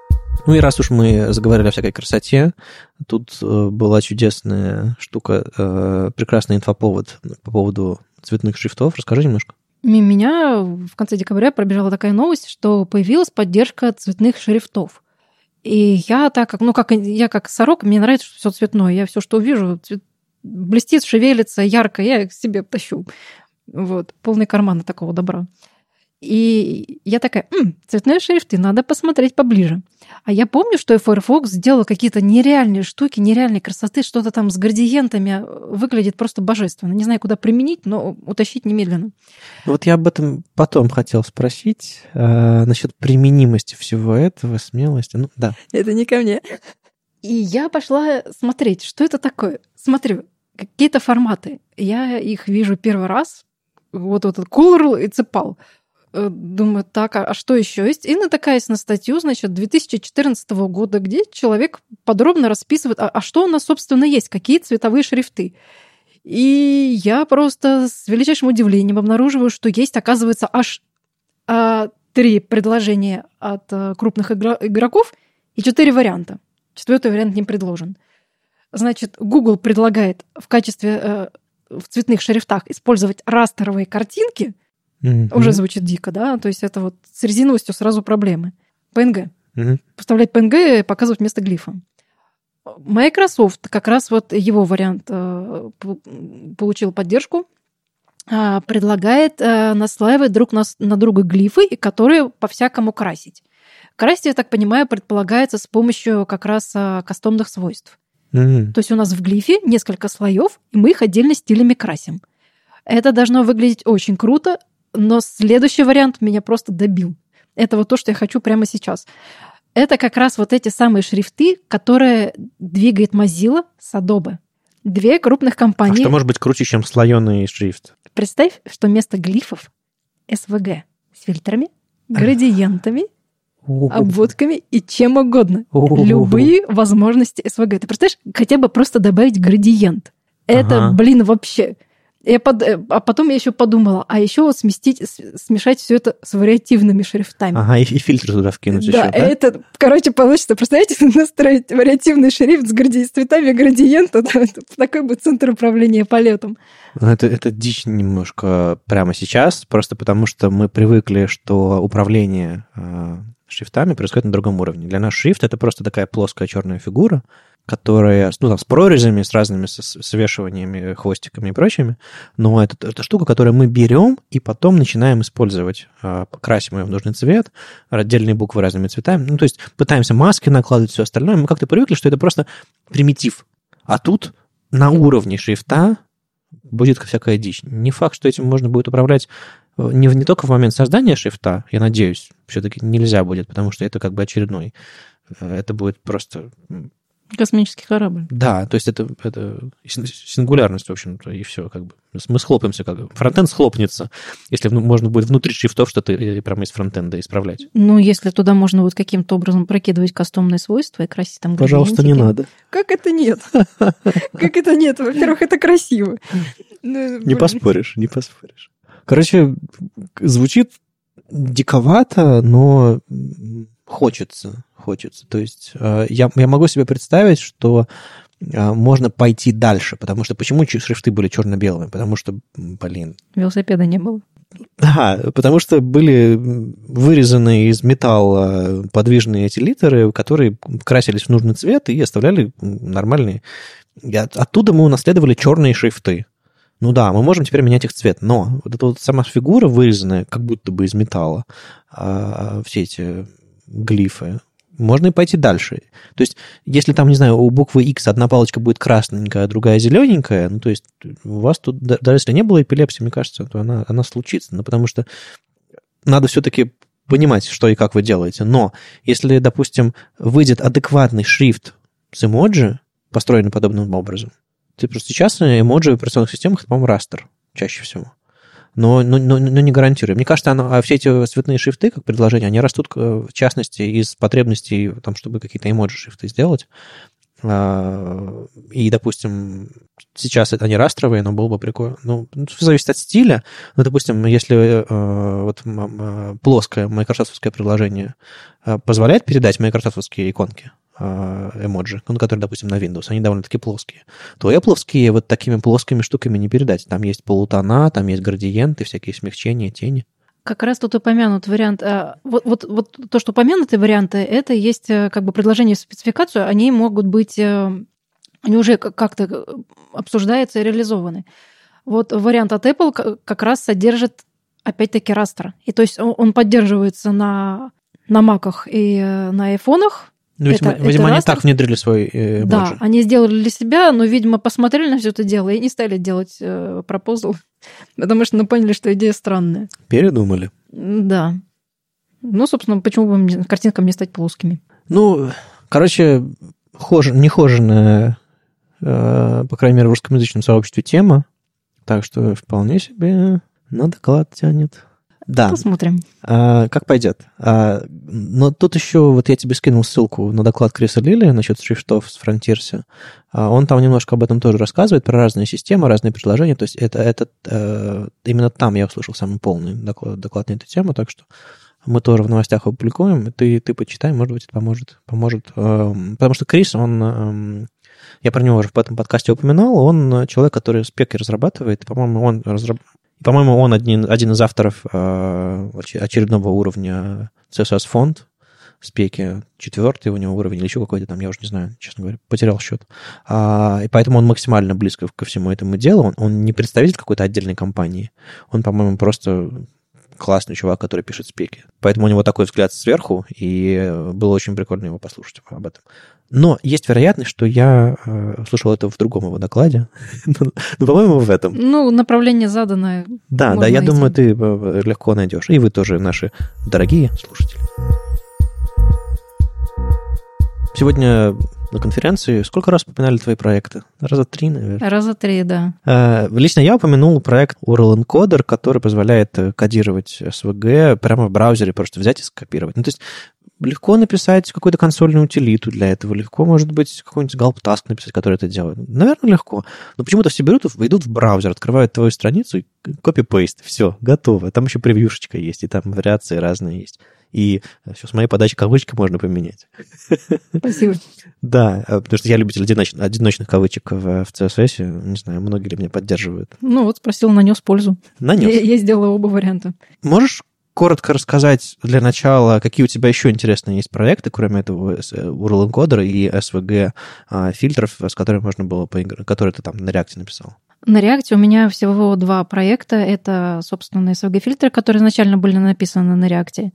Ну и раз уж мы заговорили о всякой красоте, тут была чудесная штука, прекрасный инфоповод по поводу цветных шрифтов. Расскажи немножко. Меня в конце декабря пробежала такая новость, что появилась поддержка цветных шрифтов. И я так как, ну, как я как сорока, мне нравится, что все цветное. Я все, что увижу, цвет... блестит, шевелится, ярко, я их себе тащу. Вот, полный карман такого добра. И я такая, М, цветные шрифты, надо посмотреть поближе. А я помню, что Firefox сделал какие-то нереальные штуки, нереальной красоты, что-то там с градиентами выглядит просто божественно. Не знаю, куда применить, но утащить немедленно. Вот я об этом потом хотел спросить, э, насчет применимости всего этого, смелости. Ну, да. Это не ко мне. И я пошла смотреть, что это такое. Смотрю, какие-то форматы. Я их вижу первый раз. Вот этот Color и Цепал. Думаю, так, а что еще есть? И натыкаюсь на статью, значит, две тысячи четырнадцатого года, где человек подробно расписывает, а, а что у нас, собственно, есть, какие цветовые шрифты. И я просто с величайшим удивлением обнаруживаю, что есть, оказывается, аж а, три предложения от а, крупных игро- игроков и четыре варианта. Четвертый вариант не предложен. Значит, Google предлагает в качестве, э, в цветных шрифтах использовать растеровые картинки. Mm-hmm. Уже звучит дико, да? То есть это вот с резиновостью сразу проблемы. пи эн джи. Mm-hmm. Поставлять пи эн джи и показывать вместо глифа. Microsoft, как раз вот его вариант э, получил поддержку, э, предлагает э, наслаивать друг на, на друга глифы, которые по-всякому красить. Красить, я так понимаю, предполагается с помощью как раз э, кастомных свойств. Mm-hmm. То есть у нас в глифе несколько слоев, и мы их отдельно стилями красим. Это должно выглядеть очень круто, но следующий вариант меня просто добил. Это вот то, что я хочу прямо сейчас. Это как раз вот эти самые шрифты, которые двигает Mozilla с Adobe. Две крупных компании. А что может быть круче, чем слоеный шрифт? Представь, что вместо глифов эс ви джи с фильтрами, градиентами, обводками и чем угодно. Любые возможности эс ви джи. Ты представляешь, хотя бы просто добавить градиент. Это, ага. блин, вообще... Я под... А потом я еще подумала, а еще вот сместить, смешать все это с вариативными шрифтами. Ага, и, и фильтр туда вкинуть да, еще, да? Это, короче, получится. Представляете, настроить вариативный шрифт с, гради... с цветами градиента, это такой бы центр управления полетом. Это, это дичь немножко прямо сейчас, просто потому что мы привыкли, что управление э, шрифтами происходит на другом уровне. Для нас шрифт — это просто такая плоская черная фигура, которые, ну, там, с прорезями, с разными свешиваниями, хвостиками и прочими, но это, это штука, которую мы берем и потом начинаем использовать. Красим ее в нужный цвет, отдельные буквы разными цветами. Ну, то есть пытаемся маски накладывать, все остальное. Мы как-то привыкли, что это просто примитив. А тут на уровне шрифта будет всякая дичь. Не факт, что этим можно будет управлять не, не только в момент создания шрифта, я надеюсь, все-таки нельзя будет, потому что это как бы очередной. Это будет просто... Космический корабль. Да, то есть это, это сингулярность, в общем-то, и все. Как бы. Мы схлопнемся, как бы. Фронтенд схлопнется, если можно будет внутри шрифтов что-то прямо из фронтенда исправлять. Ну, если туда можно будет каким-то образом прокидывать кастомные свойства и красить там градиентики. Пожалуйста, не надо. Как это нет? Как это нет? Во-первых, это красиво. Не поспоришь, не поспоришь. Короче, звучит диковато, но хочется. Хочется. То есть я, я могу себе представить, что можно пойти дальше, потому что почему шрифты были черно-белыми? Потому что, блин... Велосипеда не было. Да, потому что были вырезаны из металла подвижные эти литеры, которые красились в нужный цвет и оставляли нормальные... И от, оттуда мы унаследовали черные шрифты. Ну да, мы можем теперь менять их цвет, но вот эта вот сама фигура, вырезанная как будто бы из металла, все эти глифы, можно и пойти дальше. То есть, если там, не знаю, у буквы X одна палочка будет красненькая, а другая зелененькая, ну, то есть, у вас тут, даже если не было эпилепсии, мне кажется, то она, она случится. Ну, потому что надо все-таки понимать, что и как вы делаете. Но если, допустим, выйдет адекватный шрифт с эмоджи, построенный подобным образом, ты просто сейчас эмоджи в операционных системах, это, по-моему, растер чаще всего. Но, но, но, но не гарантирую. Мне кажется, оно, все эти цветные шрифты, как предложения, они растут, в частности, из потребностей, там, чтобы какие-то эмоджи-шрифты сделать. И, допустим, сейчас они растровые, но было бы прикольно. Ну, все зависит от стиля. Ну, допустим, если вот плоское майкрософтовское приложение позволяет передать майкрософтовские иконки, эмоджи, ну, которые, допустим, на Windows, они довольно-таки плоские, то Apple-овские вот такими плоскими штуками не передать. Там есть полутона, там есть градиенты, всякие смягчения, тени. Как раз тут упомянут вариант. Вот, вот, вот то, что упомянутые варианты, это есть как бы предложение в спецификацию, они могут быть, они уже как-то обсуждаются и реализованы. Вот вариант от Apple как раз содержит, опять-таки, растер. И то есть он поддерживается на, на Mac'ах и на айфонах. Ну, видимо, это, видимо это они так внедрили свой эмоджи. Да, они сделали для себя, но, видимо, посмотрели на все это дело и не стали делать пропозал, потому что ну, поняли, что идея странная. Передумали. Да. Ну, собственно, почему бы картинкам не стать плоскими? Ну, короче, хож... нехоженная, э, по крайней мере, в русскоязычном сообществе тема, так что вполне себе на доклад тянет. Да. Посмотрим. А, как пойдет. А, но тут еще, вот я тебе скинул ссылку на доклад Криса Лилли насчет шрифтов с Frontiers. А, он там немножко об этом тоже рассказывает, про разные системы, разные предложения. То есть это, это э, именно там я услышал самый полный доклад, доклад на эту тему, так что мы тоже в новостях опубликуем. Ты, ты почитай, может быть, это поможет. поможет э, потому что Крис, он... Э, я про него уже в этом подкасте упоминал, он человек, который спеки разрабатывает, по-моему, он разрабатывает. По-моему, он один, один из авторов э, очередного уровня си эс эс-фонд, спеки, четвертый у него уровень или еще какой-то там, я уже не знаю, честно говоря, потерял счет. А, и поэтому он максимально близко ко всему этому делу. Он, он не представитель какой-то отдельной компании. Он, по-моему, просто классный чувак, который пишет спеки. Поэтому у него такой взгляд сверху, и было очень прикольно его послушать об этом. Но есть вероятность, что я э, слышал это в другом его докладе. Ну, по-моему, в этом. Ну, направление заданное. Да, да, я думаю, ты легко найдешь. И вы тоже, наши дорогие слушатели. Сегодня на конференции сколько раз упоминали твои проекты? Раза три, наверное. Раза три, да. Лично я упомянул проект ю ар эл-энкодер, который позволяет кодировать эс ви джи прямо в браузере, просто взять и скопировать. Ну, то есть легко написать какую-то консольную утилиту для этого, легко, может быть, какой-нибудь галп-таск написать, который это делает. Наверное, легко. Но почему-то все берут, идут в браузер, открывают твою страницу и копи-пейст. Все, готово. Там еще превьюшечка есть, и там вариации разные есть. И все, с моей подачи кавычки можно поменять. Спасибо. Да, потому что я любитель одиноч... одиночных кавычек в, в си эс эс. Не знаю, многие ли меня поддерживают. Ну вот спросил, нанес пользу. Нанес. Я, я сделала оба варианта. Можешь коротко рассказать для начала, какие у тебя еще интересные есть проекты, кроме этого ю ар эл-энкодера и эс ви джи фильтров, с которыми можно было поиграть, которые ты там на React написал? На React у меня всего два проекта. Это, собственно, эс ви джи-фильтры, которые изначально были написаны на React,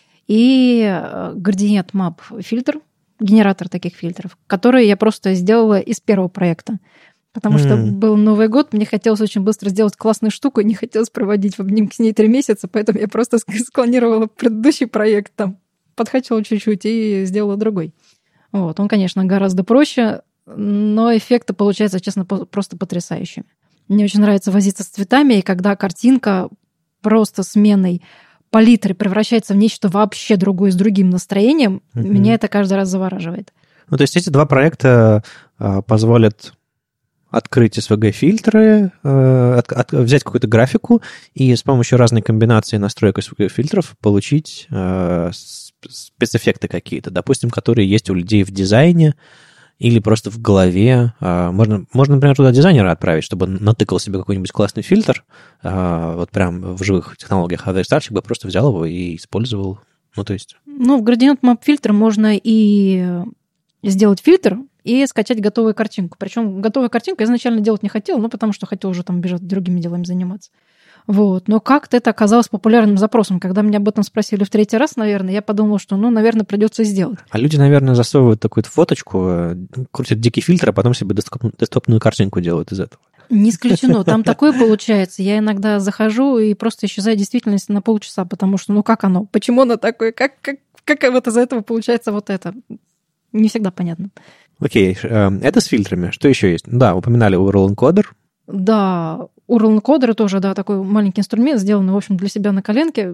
и Gradient Map фильтр, генератор таких фильтров, которые я просто сделала из первого проекта. Потому mm. что был Новый год, мне хотелось очень быстро сделать классную штуку, не хотелось проводить в обнимку с ней три месяца, поэтому я просто склонировала предыдущий проект, там, подхачила чуть-чуть и сделала другой. Вот. Он, конечно, гораздо проще, но эффекты получаются, честно, просто потрясающими. Мне очень нравится возиться с цветами, и когда картинка просто сменой палитры превращается в нечто вообще другое, с другим настроением, mm-hmm. меня это каждый раз завораживает. Ну, то есть эти два проекта а, позволят открыть эс ви джи-фильтры, э, от, от, взять какую-то графику и с помощью разной комбинации настроек эс ви джи-фильтров получить э, спецэффекты какие-то, допустим, которые есть у людей в дизайне или просто в голове. Э, можно, можно, например, туда дизайнера отправить, чтобы натыкал себе какой-нибудь классный фильтр, э, вот прям в живых технологиях, а верстальщик бы просто взял его и использовал. Ну, то есть... Ну, в Gradient Map фильтр можно и сделать фильтр, и скачать готовую картинку. Причем готовую картинку я изначально делать не хотела, ну, потому что хотела уже там бежать другими делами заниматься. Вот. Но как-то это оказалось популярным запросом. Когда меня об этом спросили в третий раз, наверное, я подумала, что, ну, наверное, придется сделать. А люди, наверное, засовывают такую-то фоточку, крутят дикий фильтр, а потом себе десктопную картинку делают из этого. Не исключено. Там такое получается. Я иногда захожу и просто исчезаю действительность на полчаса, потому что, ну, как оно? Почему оно такое? Как, как, как вот из этого получается вот это? Не всегда понятно. Окей, okay. Это с фильтрами. Что еще есть? Да, упоминали ю ар эл-энкодер. Да, ю ар эл-энкодер тоже, да, такой маленький инструмент, сделанный, в общем, для себя на коленке.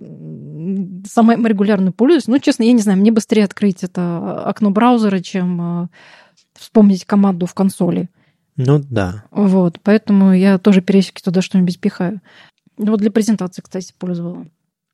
Сама регулярно пользуюсь. Ну, честно, я не знаю, мне быстрее открыть это окно браузера, чем вспомнить команду в консоли. Ну, да. Вот, поэтому я тоже периодически туда что-нибудь пихаю. Вот для презентации, кстати, использовала.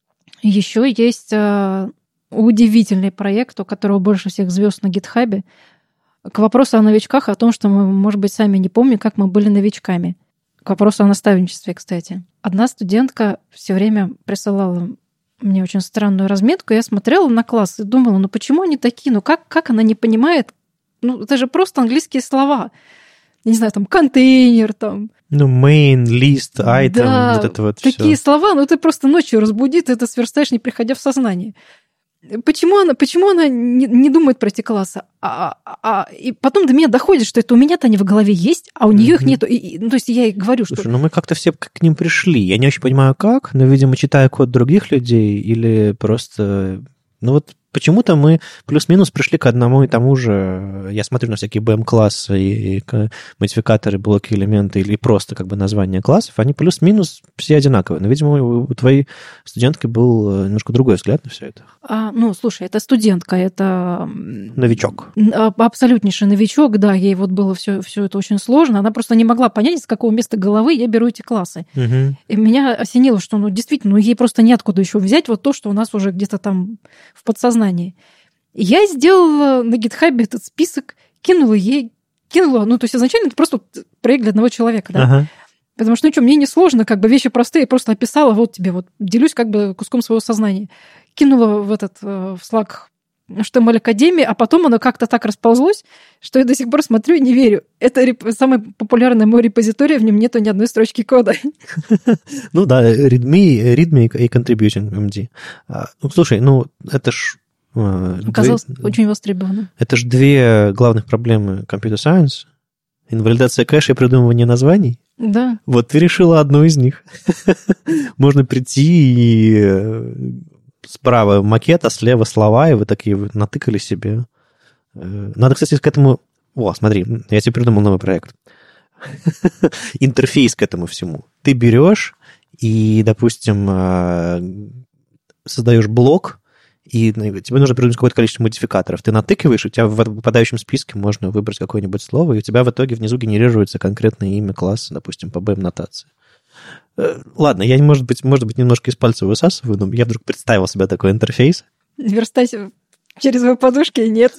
Еще есть а, удивительный проект, у которого больше всех звезд на гитхабе. К вопросу о новичках, о том, что мы, может быть, сами не помним, как мы были новичками. К вопросу о наставничестве, кстати. Одна студентка все время присылала мне очень странную разметку. Я смотрела на класс и думала, ну почему они такие? Ну как, как она не понимает? Ну это же просто английские слова. Я не знаю, там контейнер, там... Ну, main, list, item, да, вот это вот такие все. слова, ну ты просто ночью разбуди, ты это сверстаешь, не приходя в сознание. Почему она, почему она не, не думает про эти классы? А, а, а, и потом до меня доходит, что это у меня-то они в голове есть, а у нее mm-hmm. их нету. И, и, ну, то есть я ей говорю, Слушай, что... ну мы как-то все к ним пришли. Я не очень понимаю, как, но, видимо, читая код других людей или просто... Ну вот почему-то мы плюс-минус пришли к одному и тому же. Я смотрю на всякие би эм-классы и, и модификаторы, блоки, элементы или просто как бы названия классов, они плюс-минус все одинаковые. Но, видимо, у, у твоей студентки был немножко другой взгляд на все это. А, ну, слушай, это студентка, это... Новичок. Абсолютнейший новичок, да, ей вот было все, все это очень сложно. Она просто не могла понять, с какого места головы я беру эти классы. Угу. И меня осенило, что, ну, действительно, ну, ей просто неоткуда еще взять вот то, что у нас уже где-то там в подсознании. Я сделала на гитхабе этот список, кинула ей, кинула, ну, то есть изначально это просто проект для одного человека, да. Ага. Потому что, ну что, мне не сложно, как бы вещи простые, я просто описала, вот тебе вот, делюсь как бы куском своего сознания. Кинула в этот, в Slack эйч ти эм эль-академии, а потом оно как-то так расползлось, что я до сих пор смотрю и не верю. Это реп... самый популярный мой репозиторий, в нем нету ни одной строчки кода. Ну да, readme, readme и contribution эм ди. Ну, слушай, ну это ж... Оказалось, две... очень востребовано. Это же две главных проблемы Computer Science. Инвалидация кэша и придумывание названий. Да. Вот ты решила одну из них. Можно прийти и справа макет, а слева слова, и вы такие натыкали себе. Надо, кстати, к этому... О, смотри, я тебе придумал новый проект. Интерфейс к этому всему. Ты берешь и, допустим, создаешь блок, и тебе нужно придумать какое-то количество модификаторов. Ты натыкиваешь, у тебя в выпадающем списке можно выбрать какое-нибудь слово, и у тебя в итоге внизу генерируется конкретное имя класса, допустим, по би эм-нотации. Ладно, я, может быть, может быть, немножко из пальца высасываю, но я вдруг представил себе такой интерфейс. Верстать через твои подушки нет.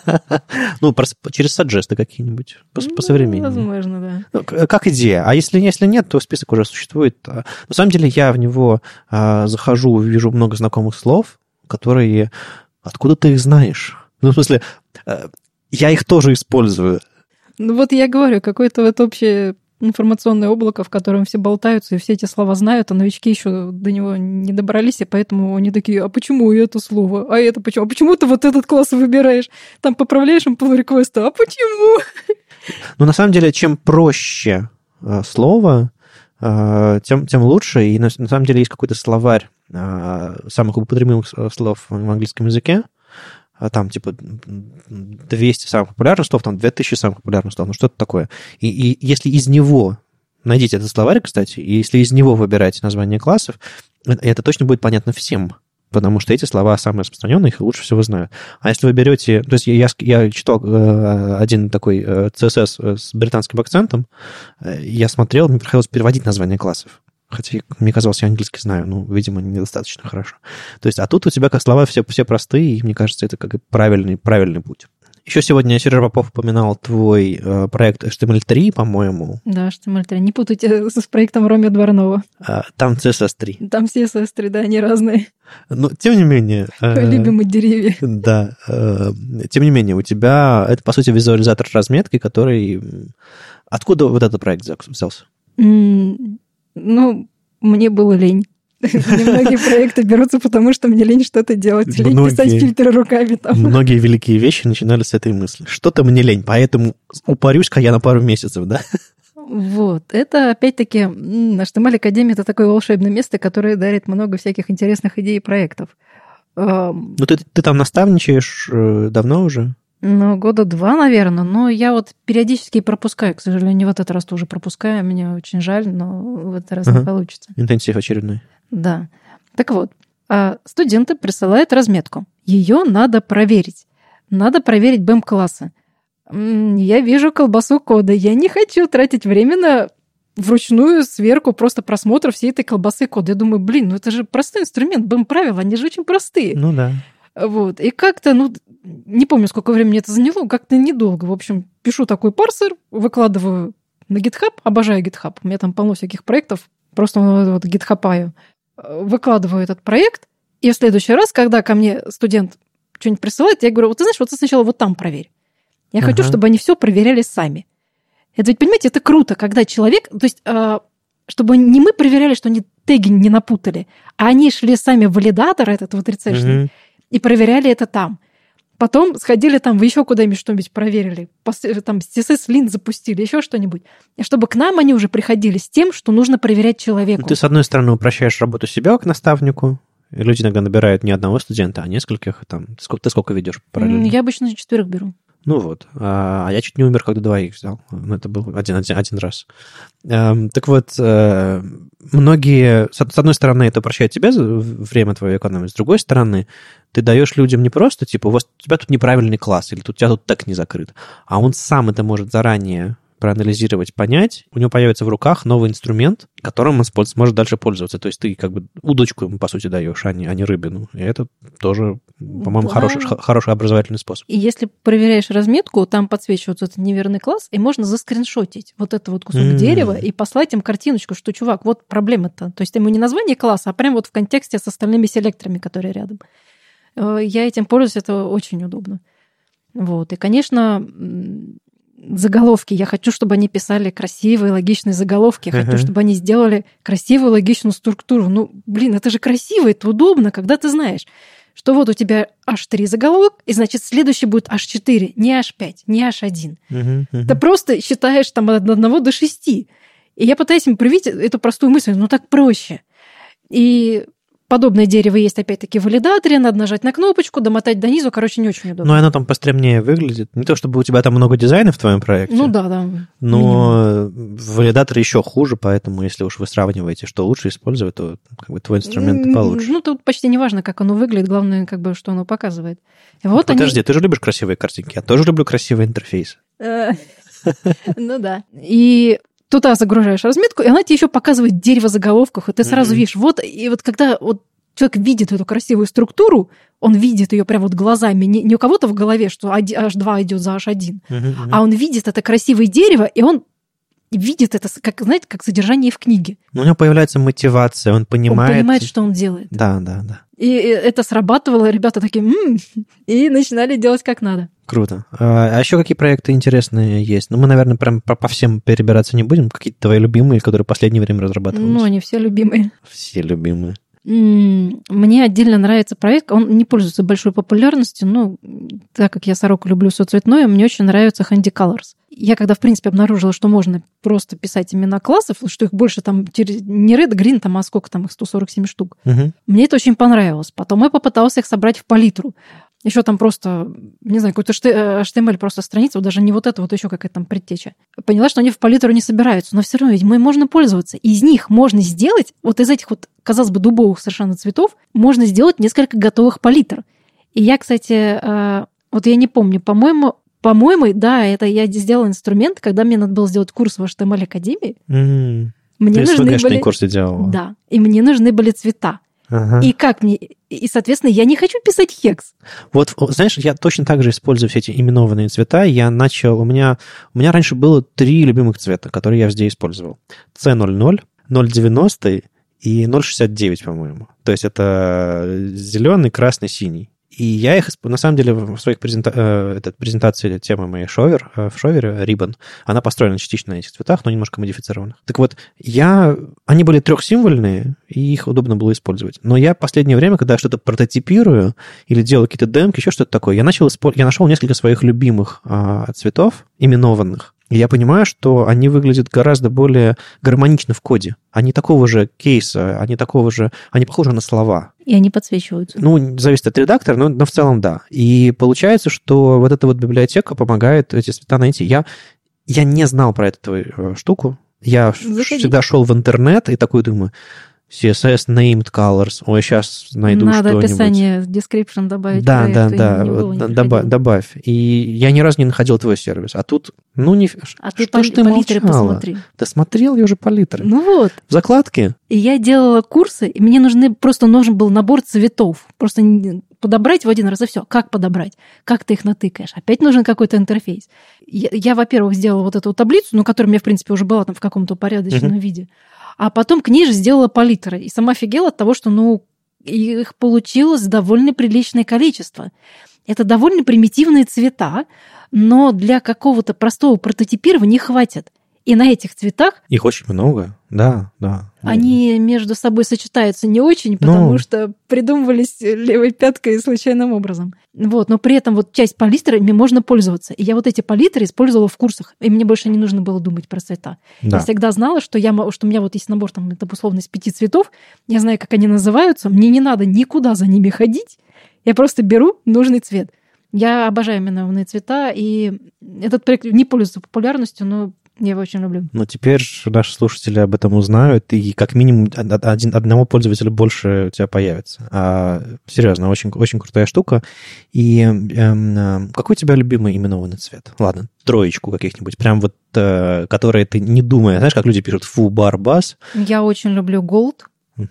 Ну, через саджесты какие-нибудь, по-современному. Возможно, да. Как идея. А если, если нет, то список уже существует. На самом деле я в него захожу, вижу много знакомых слов, которые... Откуда ты их знаешь? Ну, в смысле, я их тоже использую. Ну, вот я говорю, какое-то вот общее информационное облако, в котором все болтаются, и все эти слова знают, а новички еще до него не добрались, и поэтому они такие, а почему это слово? А это почему? А почему ты вот этот класс выбираешь? Там поправляешь им pull request, а почему? Ну, на самом деле, чем проще слово, тем, тем лучше. И на, на самом деле есть какой-то словарь самых употребимых слов в английском языке. Там типа двести самых популярных слов, там две тысячи самых популярных слов, ну что-то такое. И, и если из него, найдите этот словарь, кстати, и если из него выбирать название классов, это точно будет понятно всем, потому что эти слова самые распространенные, их лучше всего знают. А если вы берете... То есть я, я читал один такой си эс эс с британским акцентом, я смотрел, мне приходилось переводить название классов. Хотя, мне казалось, я английский знаю, но, видимо, недостаточно хорошо. То есть, а тут у тебя как слова все, все простые, и мне кажется, это как правильный, правильный путь. Еще сегодня Сережа Попов упоминал твой э, проект эйч ти эм эль три, по-моему. Да, эйч ти эм эль три. Не путайте с проектом Роми Дворнова. А, там си эс эс три. Там си эс эс три, да, они разные. Но, тем не менее... Э, Любимые деревья. Да. Э, тем не менее, у тебя это, по сути, визуализатор разметки, который... Откуда вот этот проект взялся? Mm. Ну, мне было лень. Многие проекты берутся, потому что мне лень что-то делать. Лень многие, писать фильтры руками. Там. Многие великие вещи начинали с этой мысли. Что-то мне лень, поэтому упарюсь-ка я на пару месяцев, да? Вот. Это, опять-таки, эйч ти эм эль-академия — это такое волшебное место, которое дарит много всяких интересных идей и проектов. Ну, ты, ты там наставничаешь давно уже? Ну, года два, наверное, но я вот периодически пропускаю, к сожалению, в этот раз тоже пропускаю, мне очень жаль, но в этот раз ага. не получится. Интенсив очередной. Да. Так вот, студенты присылают разметку. Ее надо проверить. Надо проверить би эм-классы. Я вижу колбасу кода. Я не хочу тратить время на вручную сверку просто просмотра всей этой колбасы кода. Я думаю, блин, ну это же простой инструмент, бэм правила, они же очень простые. Ну да. Вот. И как-то, ну, не помню, сколько времени это заняло, как-то недолго. В общем, пишу такой парсер, выкладываю на GitHub, обожаю GitHub, у меня там полно всяких проектов, просто вот гитхапаю. Выкладываю этот проект, и в следующий раз, когда ко мне студент что-нибудь присылает, я говорю, вот ты знаешь, вот ты сначала вот там проверь. Я uh-huh. хочу, чтобы они все проверяли сами. Это ведь, понимаете, это круто, когда человек, то есть, чтобы не мы проверяли, что они теги не напутали, а они шли сами в валидатор этот вот рецепшн uh-huh. и проверяли это там. Потом сходили там в еще куда-нибудь что-нибудь проверили, там си эс эс-лин запустили, еще что-нибудь. И чтобы к нам они уже приходили с тем, что нужно проверять человеку. Ты, с одной стороны, упрощаешь работу себя как наставнику, и люди иногда набирают не одного студента, а нескольких. Там, ты, сколько, ты сколько ведешь параллельно? Я обычно четверых беру. Ну вот. А я чуть не умер, когда двоих взял. Ну, это был один, один, один раз. Так вот, многие... С одной стороны, это упрощает тебе время твое экономить. С другой стороны, ты даешь людям не просто, типа, у вас у тебя тут неправильный класс, или тут, у тебя тут так не закрыт, а он сам это может заранее проанализировать, понять, у него появится в руках новый инструмент, которым он сможет дальше пользоваться. То есть ты как бы удочку ему, по сути, даешь, а не, а не рыбину. И это тоже, по-моему, да. хороший, хороший образовательный способ. И если проверяешь разметку, там подсвечивается этот неверный класс, и можно заскриншотить вот этот вот кусок mm. дерева и послать им картиночку, что, чувак, вот проблема-то. То есть ему не название класса, а прям вот в контексте с остальными селекторами, которые рядом. Я этим пользуюсь, это очень удобно. Вот. И, конечно, заголовки. Я хочу, чтобы они писали красивые, логичные заголовки. Я uh-huh. хочу, чтобы они сделали красивую, логичную структуру. Ну, блин, это же красиво, это удобно, когда ты знаешь, что вот у тебя аш три заголовок, и, значит, следующий будет аш четыре, не аш пять, не аш один. Uh-huh. Uh-huh. Ты просто считаешь там от одного до шести. И я пытаюсь им привить эту простую мысль, ну так проще. И подобное дерево есть, опять-таки, в валидаторе, надо нажать на кнопочку, домотать до низу, короче, не очень удобно. Ну, оно там постремнее выглядит. Не то, чтобы у тебя там много дизайна в твоем проекте. Ну да, да. Но минимум. В валидаторе еще хуже, поэтому если уж вы сравниваете, что лучше использовать, то как бы твой инструмент получше. Ну, тут почти не важно, как оно выглядит, главное, как бы, что оно показывает. Вот Подожди, они... ты же любишь красивые картинки, я тоже люблю красивый интерфейс. Ну да. И туда загружаешь разметку, и она тебе еще показывает дерево в заголовках, и ты сразу mm-hmm. видишь. Вот, и вот когда вот человек видит эту красивую структуру, он видит ее прямо вот глазами, не, не у кого-то в голове, что аш два идет за аш один, mm-hmm, mm-hmm. а он видит это красивое дерево, и он видит это, как, знаете, как содержание в книге. У него появляется мотивация, он понимает... Он понимает, что он делает. Да, да, да. И это срабатывало, ребята такие, м-м", и начинали делать как надо. Круто. А еще какие проекты интересные есть? Ну, мы, наверное, прям по, по всем перебираться не будем. Какие-то твои любимые, которые в последнее время разрабатывались? Ну, они все любимые. Все любимые. Мне отдельно нравится проект, он не пользуется большой популярностью, но так как я сороку люблю соцветное, мне очень нравится Handy Colors. Я когда, в принципе, обнаружила, что можно просто писать имена классов, что их больше там, не Red, Green, там, а сколько там, их сто сорок семь штук. Угу. Мне это очень понравилось. Потом я попыталась их собрать в палитру. Еще там просто, не знаю, какой-то эйч ти эм эль просто страница, вот даже не вот это, вот еще какая-то там предтеча. Поняла, что они в палитру не собираются, но все равно ведь можно пользоваться. Из них можно сделать, вот из этих вот, казалось бы, дубовых совершенно цветов, можно сделать несколько готовых палитр. И я, кстати, вот я не помню, по-моему, по-моему, да, это я сделала инструмент, когда мне надо было сделать курс в эйч ти эм эль Академии. Mm-hmm. Мне Ты нужны были... курсы делала. Да, и мне нужны были цвета. Ага. И как мне... И, соответственно, я не хочу писать хекс. Вот, знаешь, я точно так же использую все эти именованные цвета. Я начал... У меня, у меня раньше было три любимых цвета, которые я везде использовал. си ноль ноль, ноль девяносто и ноль шестьдесят девять, по-моему. То есть это зеленый, красный, синий. И я их, на самом деле, в своих презента... э, этот, презентации темы моей шовер, э, в шовере, Ribbon, она построена частично на этих цветах, но немножко модифицированных. Так вот, я... Они были трехсимвольные, и их удобно было использовать. Но я в последнее время, когда что-то прототипирую или делаю какие-то демки, еще что-то такое, я, начал использ... я нашел несколько своих любимых э, цветов, именованных. И я понимаю, что они выглядят гораздо более гармонично в коде. Они такого же кейса, они такого же... Они похожи на слова. И они подсвечиваются. Ну, зависит от редактора, но, но в целом да. И получается, что вот эта вот библиотека помогает эти цвета найти. Я, я не знал про эту штуку. Я Заходи. всегда шел в интернет и такой думаю... си эс эс named colors. Ой, сейчас найду Надо что-нибудь. Надо описание, description добавить. Да, да, да, вот, добавь, добавь. И я ни разу не находил твой сервис. А тут, ну, не... А что ты ж ты палитры молчала? посмотри. Да смотрел я уже палитры. Ну вот. В закладке? И я делала курсы, и мне нужны, просто нужен был набор цветов. Просто подобрать в один раз, и все. Как подобрать? Как ты их натыкаешь? Опять нужен какой-то интерфейс. Я, я во-первых, сделала вот эту таблицу, ну, которая у меня, в принципе, уже была там в каком-то упорядоченном uh-huh. виде. А потом к ней же сделала палитры. И сама офигела от того, что, ну, их получилось довольно приличное количество. Это довольно примитивные цвета, но для какого-то простого прототипирования не хватит. И на этих цветах... Их очень много, да, да. Они между собой сочетаются не очень, потому ну... что придумывались левой пяткой случайным образом. Вот, но при этом вот часть палитрами можно пользоваться. И я вот эти палитры использовала в курсах, и мне больше не нужно было думать про цвета. Да. Я всегда знала, что, я, что у меня вот есть набор, там, это условно из пяти цветов, я знаю, как они называются, мне не надо никуда за ними ходить, я просто беру нужный цвет. Я обожаю именованные цвета, и этот проект не пользуется популярностью, но я его очень люблю. Но теперь наши слушатели об этом узнают, и как минимум один, одного пользователя больше у тебя появится. А, серьезно, очень, очень крутая штука. И э, какой у тебя любимый именованный цвет? Ладно, троечку каких-нибудь, прям вот, э, которые ты не думая, знаешь, как люди пишут фу, бар, бас. Я очень люблю голд.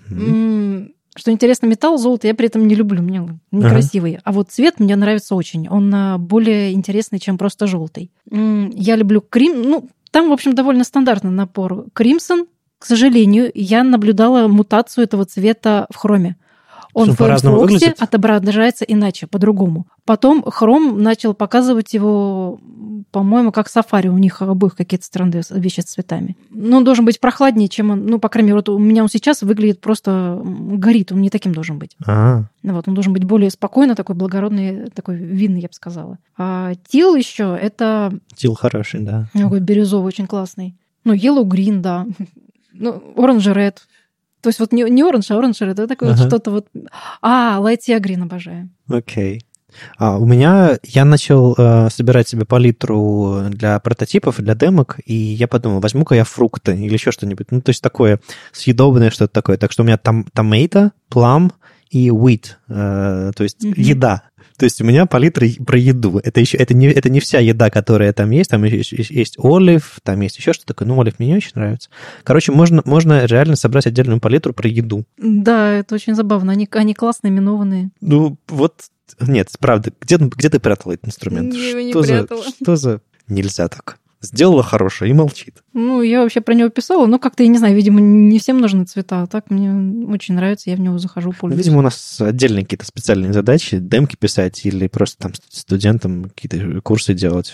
Uh-huh. Что интересно, металл, золото я при этом не люблю, мне некрасивый. Uh-huh. А вот цвет мне нравится очень. Он более интересный, чем просто желтый. Я люблю крем, ну, там, в общем, довольно стандартный напор. Кримсон, к сожалению, я наблюдала мутацию этого цвета в хроме. Он в Firefox отображается иначе, по-другому. Потом Chrome начал показывать его, по-моему, как Safari. У них обоих какие-то странные вещи с цветами. Но он должен быть прохладнее, чем он... Ну, по крайней мере, вот у меня он сейчас выглядит просто... горит. Он не таким должен быть. А-а-а. Вот, он должен быть более спокойно, такой благородный, такой винный, я бы сказала. А Teal еще это... Teal хороший, да. Такой бирюзовый, очень классный. Ну, Yellow Green, да. Ну, Orange Red. То есть вот не, не Orange, а Orange Red. Это такое uh-huh. вот что-то вот... А, Light Sea Green обожаю. Окей. Okay. А, у меня... Я начал э, собирать себе палитру для прототипов, для демок, и я подумал, возьму-ка я фрукты или еще что-нибудь. Ну, то есть такое съедобное что-то такое. Так что у меня там tomato, plum и wheat, э, то есть uh-huh. еда. То есть у меня палитра про еду. Это еще это не, это не вся еда, которая там есть. Там есть, есть олив, там есть еще что-то такое. Ну, олив мне не очень нравится. Короче, можно, можно реально собрать отдельную палитру про еду. Да, это очень забавно. Они, они классно именованные. Ну, вот... Нет, правда. Где, где ты прятала этот инструмент? Я его не что прятала. За, что за... Нельзя так. Сделала хорошее и молчит. Ну, я вообще про него писала, но как-то, я не знаю, видимо, не всем нужны цвета. А так мне очень нравится, я в него захожу, пользуюсь. Видимо, у нас отдельные какие-то специальные задачи, демки писать или просто там студентам какие-то курсы делать.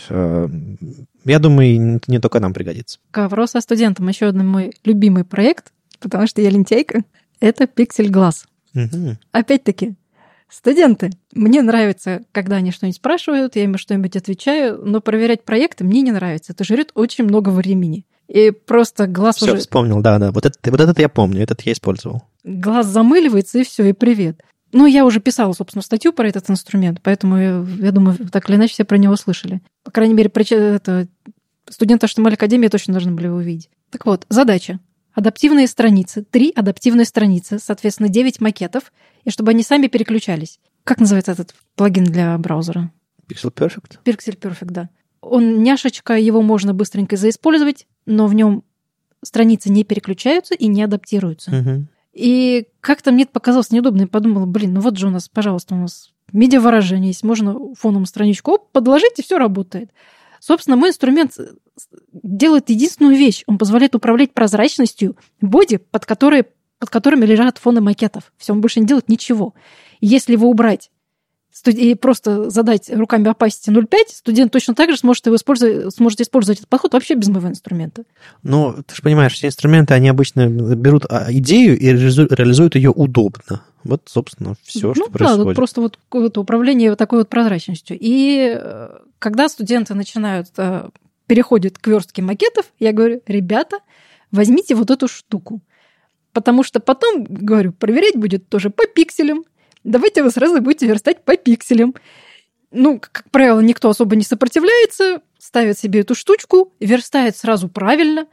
Я думаю, не только нам пригодится. К вопросу со студентом. Еще один мой любимый проект, потому что я лентяйка, это Pixel Glass. Угу. Опять-таки, студенты, мне нравится, когда они что-нибудь спрашивают, я им что-нибудь отвечаю, но проверять проекты мне не нравится. Это жрет очень много времени. И просто глаз всё, уже... вспомнил, да-да. Вот, это, вот этот я помню, этот я использовал. Глаз замыливается, и все, и привет. Ну, я уже писала, собственно, статью про этот инструмент, поэтому, я, я думаю, так или иначе все про него слышали. По крайней мере, это, студенты эйч ти эм эль-академии точно должны были его увидеть. Так вот, задача. Адаптивные страницы, три адаптивные страницы, соответственно, девять макетов, и чтобы они сами переключались. Как называется этот плагин для браузера? Pixel Perfect? Pixel Perfect, да. Он няшечка, его можно быстренько заиспользовать, но в нем страницы не переключаются и не адаптируются. Угу. И как-то мне это показалось неудобно. Я подумала, блин, ну вот же у нас, пожалуйста, у нас медиавыражение есть, можно фоном страничку оп, подложить, и все работает. Собственно, мой инструмент делает единственную вещь. Он позволяет управлять прозрачностью боди, под, которые, под которыми лежат фоны макетов. Все, он больше не делает ничего. Если его убрать и просто задать руками opacity ноль целых пять, студент точно так же сможет, его использовать, сможет использовать этот подход вообще без моего инструмента. Ну, ты же понимаешь, все инструменты, они обычно берут идею и реализуют ее удобно. Вот, собственно, все, ну, что да, происходит. Вот просто вот это управление вот такой вот прозрачностью. И когда студенты начинают, переходят к верстке макетов, я говорю, ребята, возьмите вот эту штуку. Потому что потом, говорю, проверять будет тоже по пикселям. Давайте вы сразу будете верстать по пикселям. Ну, как правило, никто особо не сопротивляется, ставит себе эту штучку, верстает сразу правильно.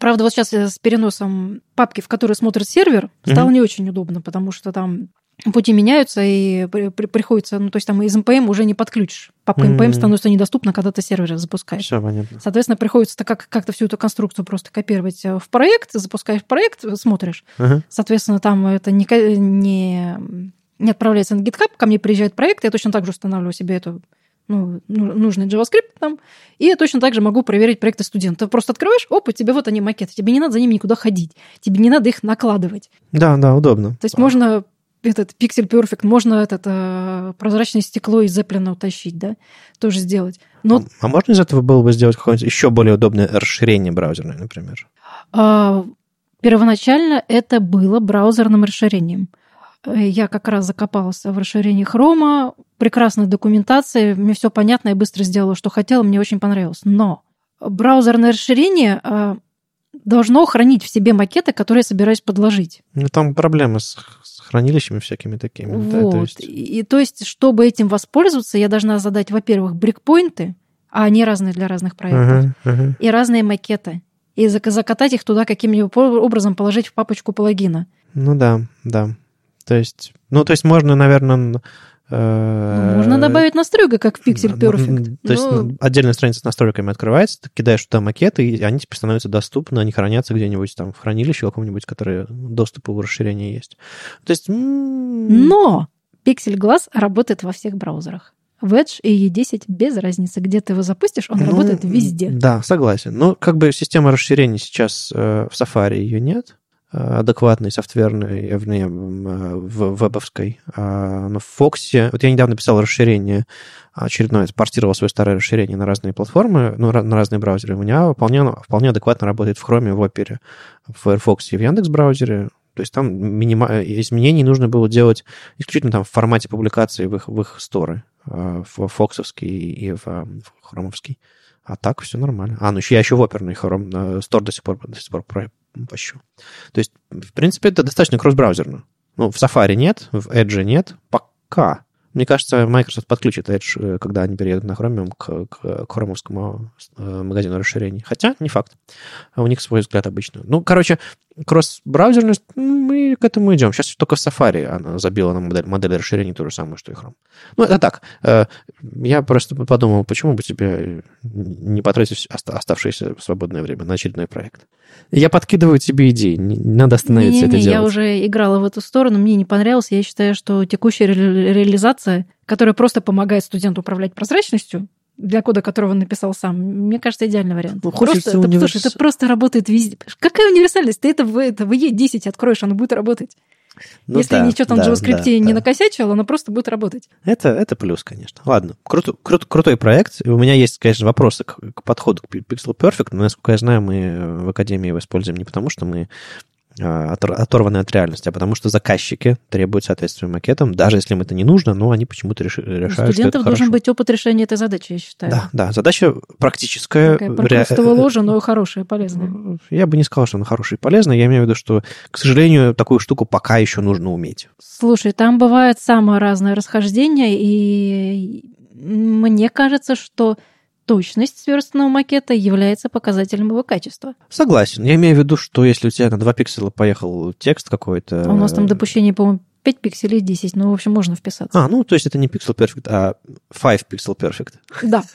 Правда, вот сейчас с переносом папки, в которой смотрит сервер, стало mm-hmm. не очень удобно, потому что там пути меняются, и при, при, приходится, ну, то есть там из эм пэ эм уже не подключишь. Папка эм пэ эм mm-hmm. становится недоступна, когда ты сервер запускаешь. Все понятно. Соответственно, приходится как- как-то всю эту конструкцию просто копировать в проект, запускаешь проект, смотришь. Uh-huh. Соответственно, там это не, не, не отправляется на GitHub, ко мне приезжает проект, я точно так же устанавливаю себе эту ну, нужный JavaScript там, и я точно так же могу проверить проекты студента. Ты просто открываешь, опа, тебе вот они макеты, тебе не надо за ними никуда ходить, тебе не надо их накладывать. Да, да, удобно. То есть можно этот Pixel Perfect, можно этот э, прозрачное стекло из Zeppelin утащить, да, тоже сделать. Но... А, а можно из этого было бы сделать какое-нибудь еще более удобное расширение браузерное, например? А, первоначально это было браузерным расширением. Я как раз закопалась в расширении Chrome, прекрасная документация, мне все понятно, я быстро сделала, что хотела, мне очень понравилось. Но браузерное расширение должно хранить в себе макеты, которые я собираюсь подложить. Ну, там проблемы с, с хранилищами всякими такими. Вот. Да, то есть... И, и то есть, чтобы этим воспользоваться, я должна задать, во-первых, брейкпоинты, а они разные для разных проектов, uh-huh, uh-huh. и разные макеты, и закатать их туда каким-нибудь образом, положить в папочку плагина. Ну да, да. То есть, ну, то есть можно, наверное... Э... Можно добавить настройки, как в Pixel Perfect. То есть Но... отдельная страница с настройками открывается, ты кидаешь туда макеты, и они теперь становятся доступны, они хранятся где-нибудь там в хранилище каком-нибудь, которое доступ у расширения есть. То есть... Но Pixel Glass работает во всех браузерах. В Edge и и десять без разницы. Где ты его запустишь, он ну, работает везде. Да, согласен. Но как бы система расширений сейчас э, в Safari ее нет, адекватной, софтверной, в вебовской. Но в Fox... Вот я недавно писал расширение очередное, портировал свое старое расширение на разные платформы, ну, на разные браузеры. У меня вполне, вполне адекватно работает в Chrome, в Opera, в Firefox и в Яндекс.Браузере. То есть там минима... изменений нужно было делать исключительно там в формате публикации в их, в их сторы, в фоксовский и в, в хромовский. А так все нормально. А, ну еще я еще в оперный Chrome стор до сих пор, до сих пор пощу. То есть, в принципе, это достаточно кросс-браузерно. Ну, в Safari нет, в Edge нет. Пока. Мне кажется, Microsoft подключит Edge, когда они переедут на Chromium к, к хромовскому магазину расширений. Хотя, не факт. У них свой взгляд обычно. Ну, короче, кросс-браузерность, мы к этому идем. Сейчас только в Safari она забила на модель, модель расширений то же самое, что и Chrome. Ну, это так. Я просто подумал, почему бы тебе не потратить оставшееся свободное время на очередной проект. Я подкидываю тебе идеи. Не надо остановиться не, не, это не, делать. Я уже играла в эту сторону, мне не понравилось. Я считаю, что текущая ре- реализация, которая просто помогает студенту управлять прозрачностью, для кода, которого он написал сам, мне кажется, идеальный вариант. Ну, просто, это, универс... слушай, это просто работает везде. Какая универсальность? Ты это в, это в и и десять откроешь, оно будет работать. Ну, Если да, ничего там да, в JavaScript да, не да. накосячил, оно просто будет работать. Это, это плюс, конечно. Ладно, крут, крут, крутой проект. У меня есть, конечно, вопросы к, к подходу к Pixel Perfect, но, насколько я знаю, мы в Академии его используем не потому, что мы оторваны от реальности, а потому что заказчики требуют соответствия макетам, даже если им это не нужно, но они почему-то реши, решают, что это студентов должен хорошо. быть опыт решения этой задачи, я считаю. Да, да, задача практическая. Такая прокрустовая ложа, но хорошая, полезная. Я бы не сказал, что она хорошая и полезная, я имею в виду, что, к сожалению, такую штуку пока еще нужно уметь. Слушай, там бывает самое разное расхождение, и мне кажется, что точность сверстанного макета является показателем его качества. Согласен. Я имею в виду, что если у тебя на два пикселя поехал текст какой-то... А у нас там допущение, по-моему, пять пикселей, десять. Ну, в общем, можно вписаться. А, ну, то есть это не Pixel Perfect, а пять Pixel Perfect. Да.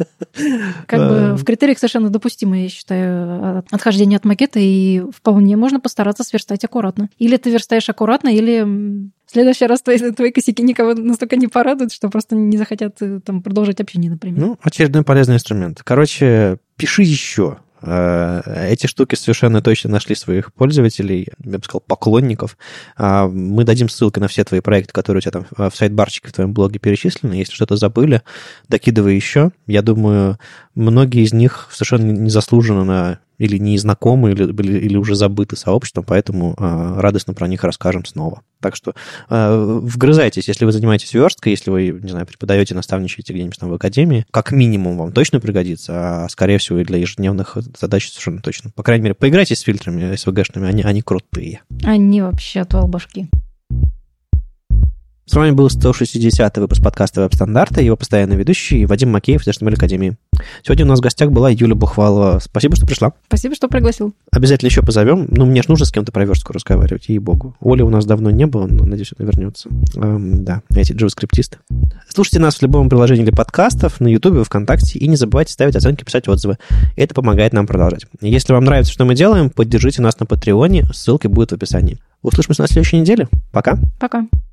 Как бы в критериях совершенно допустимо, я считаю, отхождение от макета, и вполне можно постараться сверстать аккуратно. Или ты верстаешь аккуратно, или в следующий раз твои, твои косяки никого настолько не порадуют, что просто не захотят там продолжать общение, например. Ну, очередной полезный инструмент. Короче, пиши еще. Эти штуки совершенно точно нашли своих пользователей, я бы сказал, поклонников. Мы дадим ссылки на все твои проекты, которые у тебя там в сайт-барчике в твоем блоге перечислены. Если что-то забыли, докидывай еще. Я думаю, многие из них совершенно незаслуженно или не знакомы, или, или, или уже забыты сообществом, поэтому э, радостно про них расскажем снова. Так что э, вгрызайтесь, если вы занимаетесь версткой, если вы, не знаю, преподаете, наставничаете где-нибудь там в академии, как минимум вам точно пригодится, а скорее всего и для ежедневных задач совершенно точно. По крайней мере, поиграйтесь с фильтрами эс ви джи-шными, они, они крутые. Они вообще отвал башки. С вами был сто шестидесятый выпуск подкаста «Веб-стандарты», его постоянный ведущий Вадим Макеев из эйч ти эм эль Академии. Сегодня у нас в гостях была Юля Бухвалова. Спасибо, что пришла. Спасибо, что пригласил. Обязательно еще позовем. Ну, мне же нужно с кем-то про верстку разговаривать, ей-богу. Оли у нас давно не было, но, надеюсь, она вернется. Эм, да, эти джаваскриптисты. Слушайте нас в любом приложении для подкастов, на Ютубе, ВКонтакте, и не забывайте ставить оценки, писать отзывы. Это помогает нам продолжать. Если вам нравится, что мы делаем, поддержите нас на Патреоне, ссылка будет в описании. Услышимся на следующей неделе. Пока. Пока.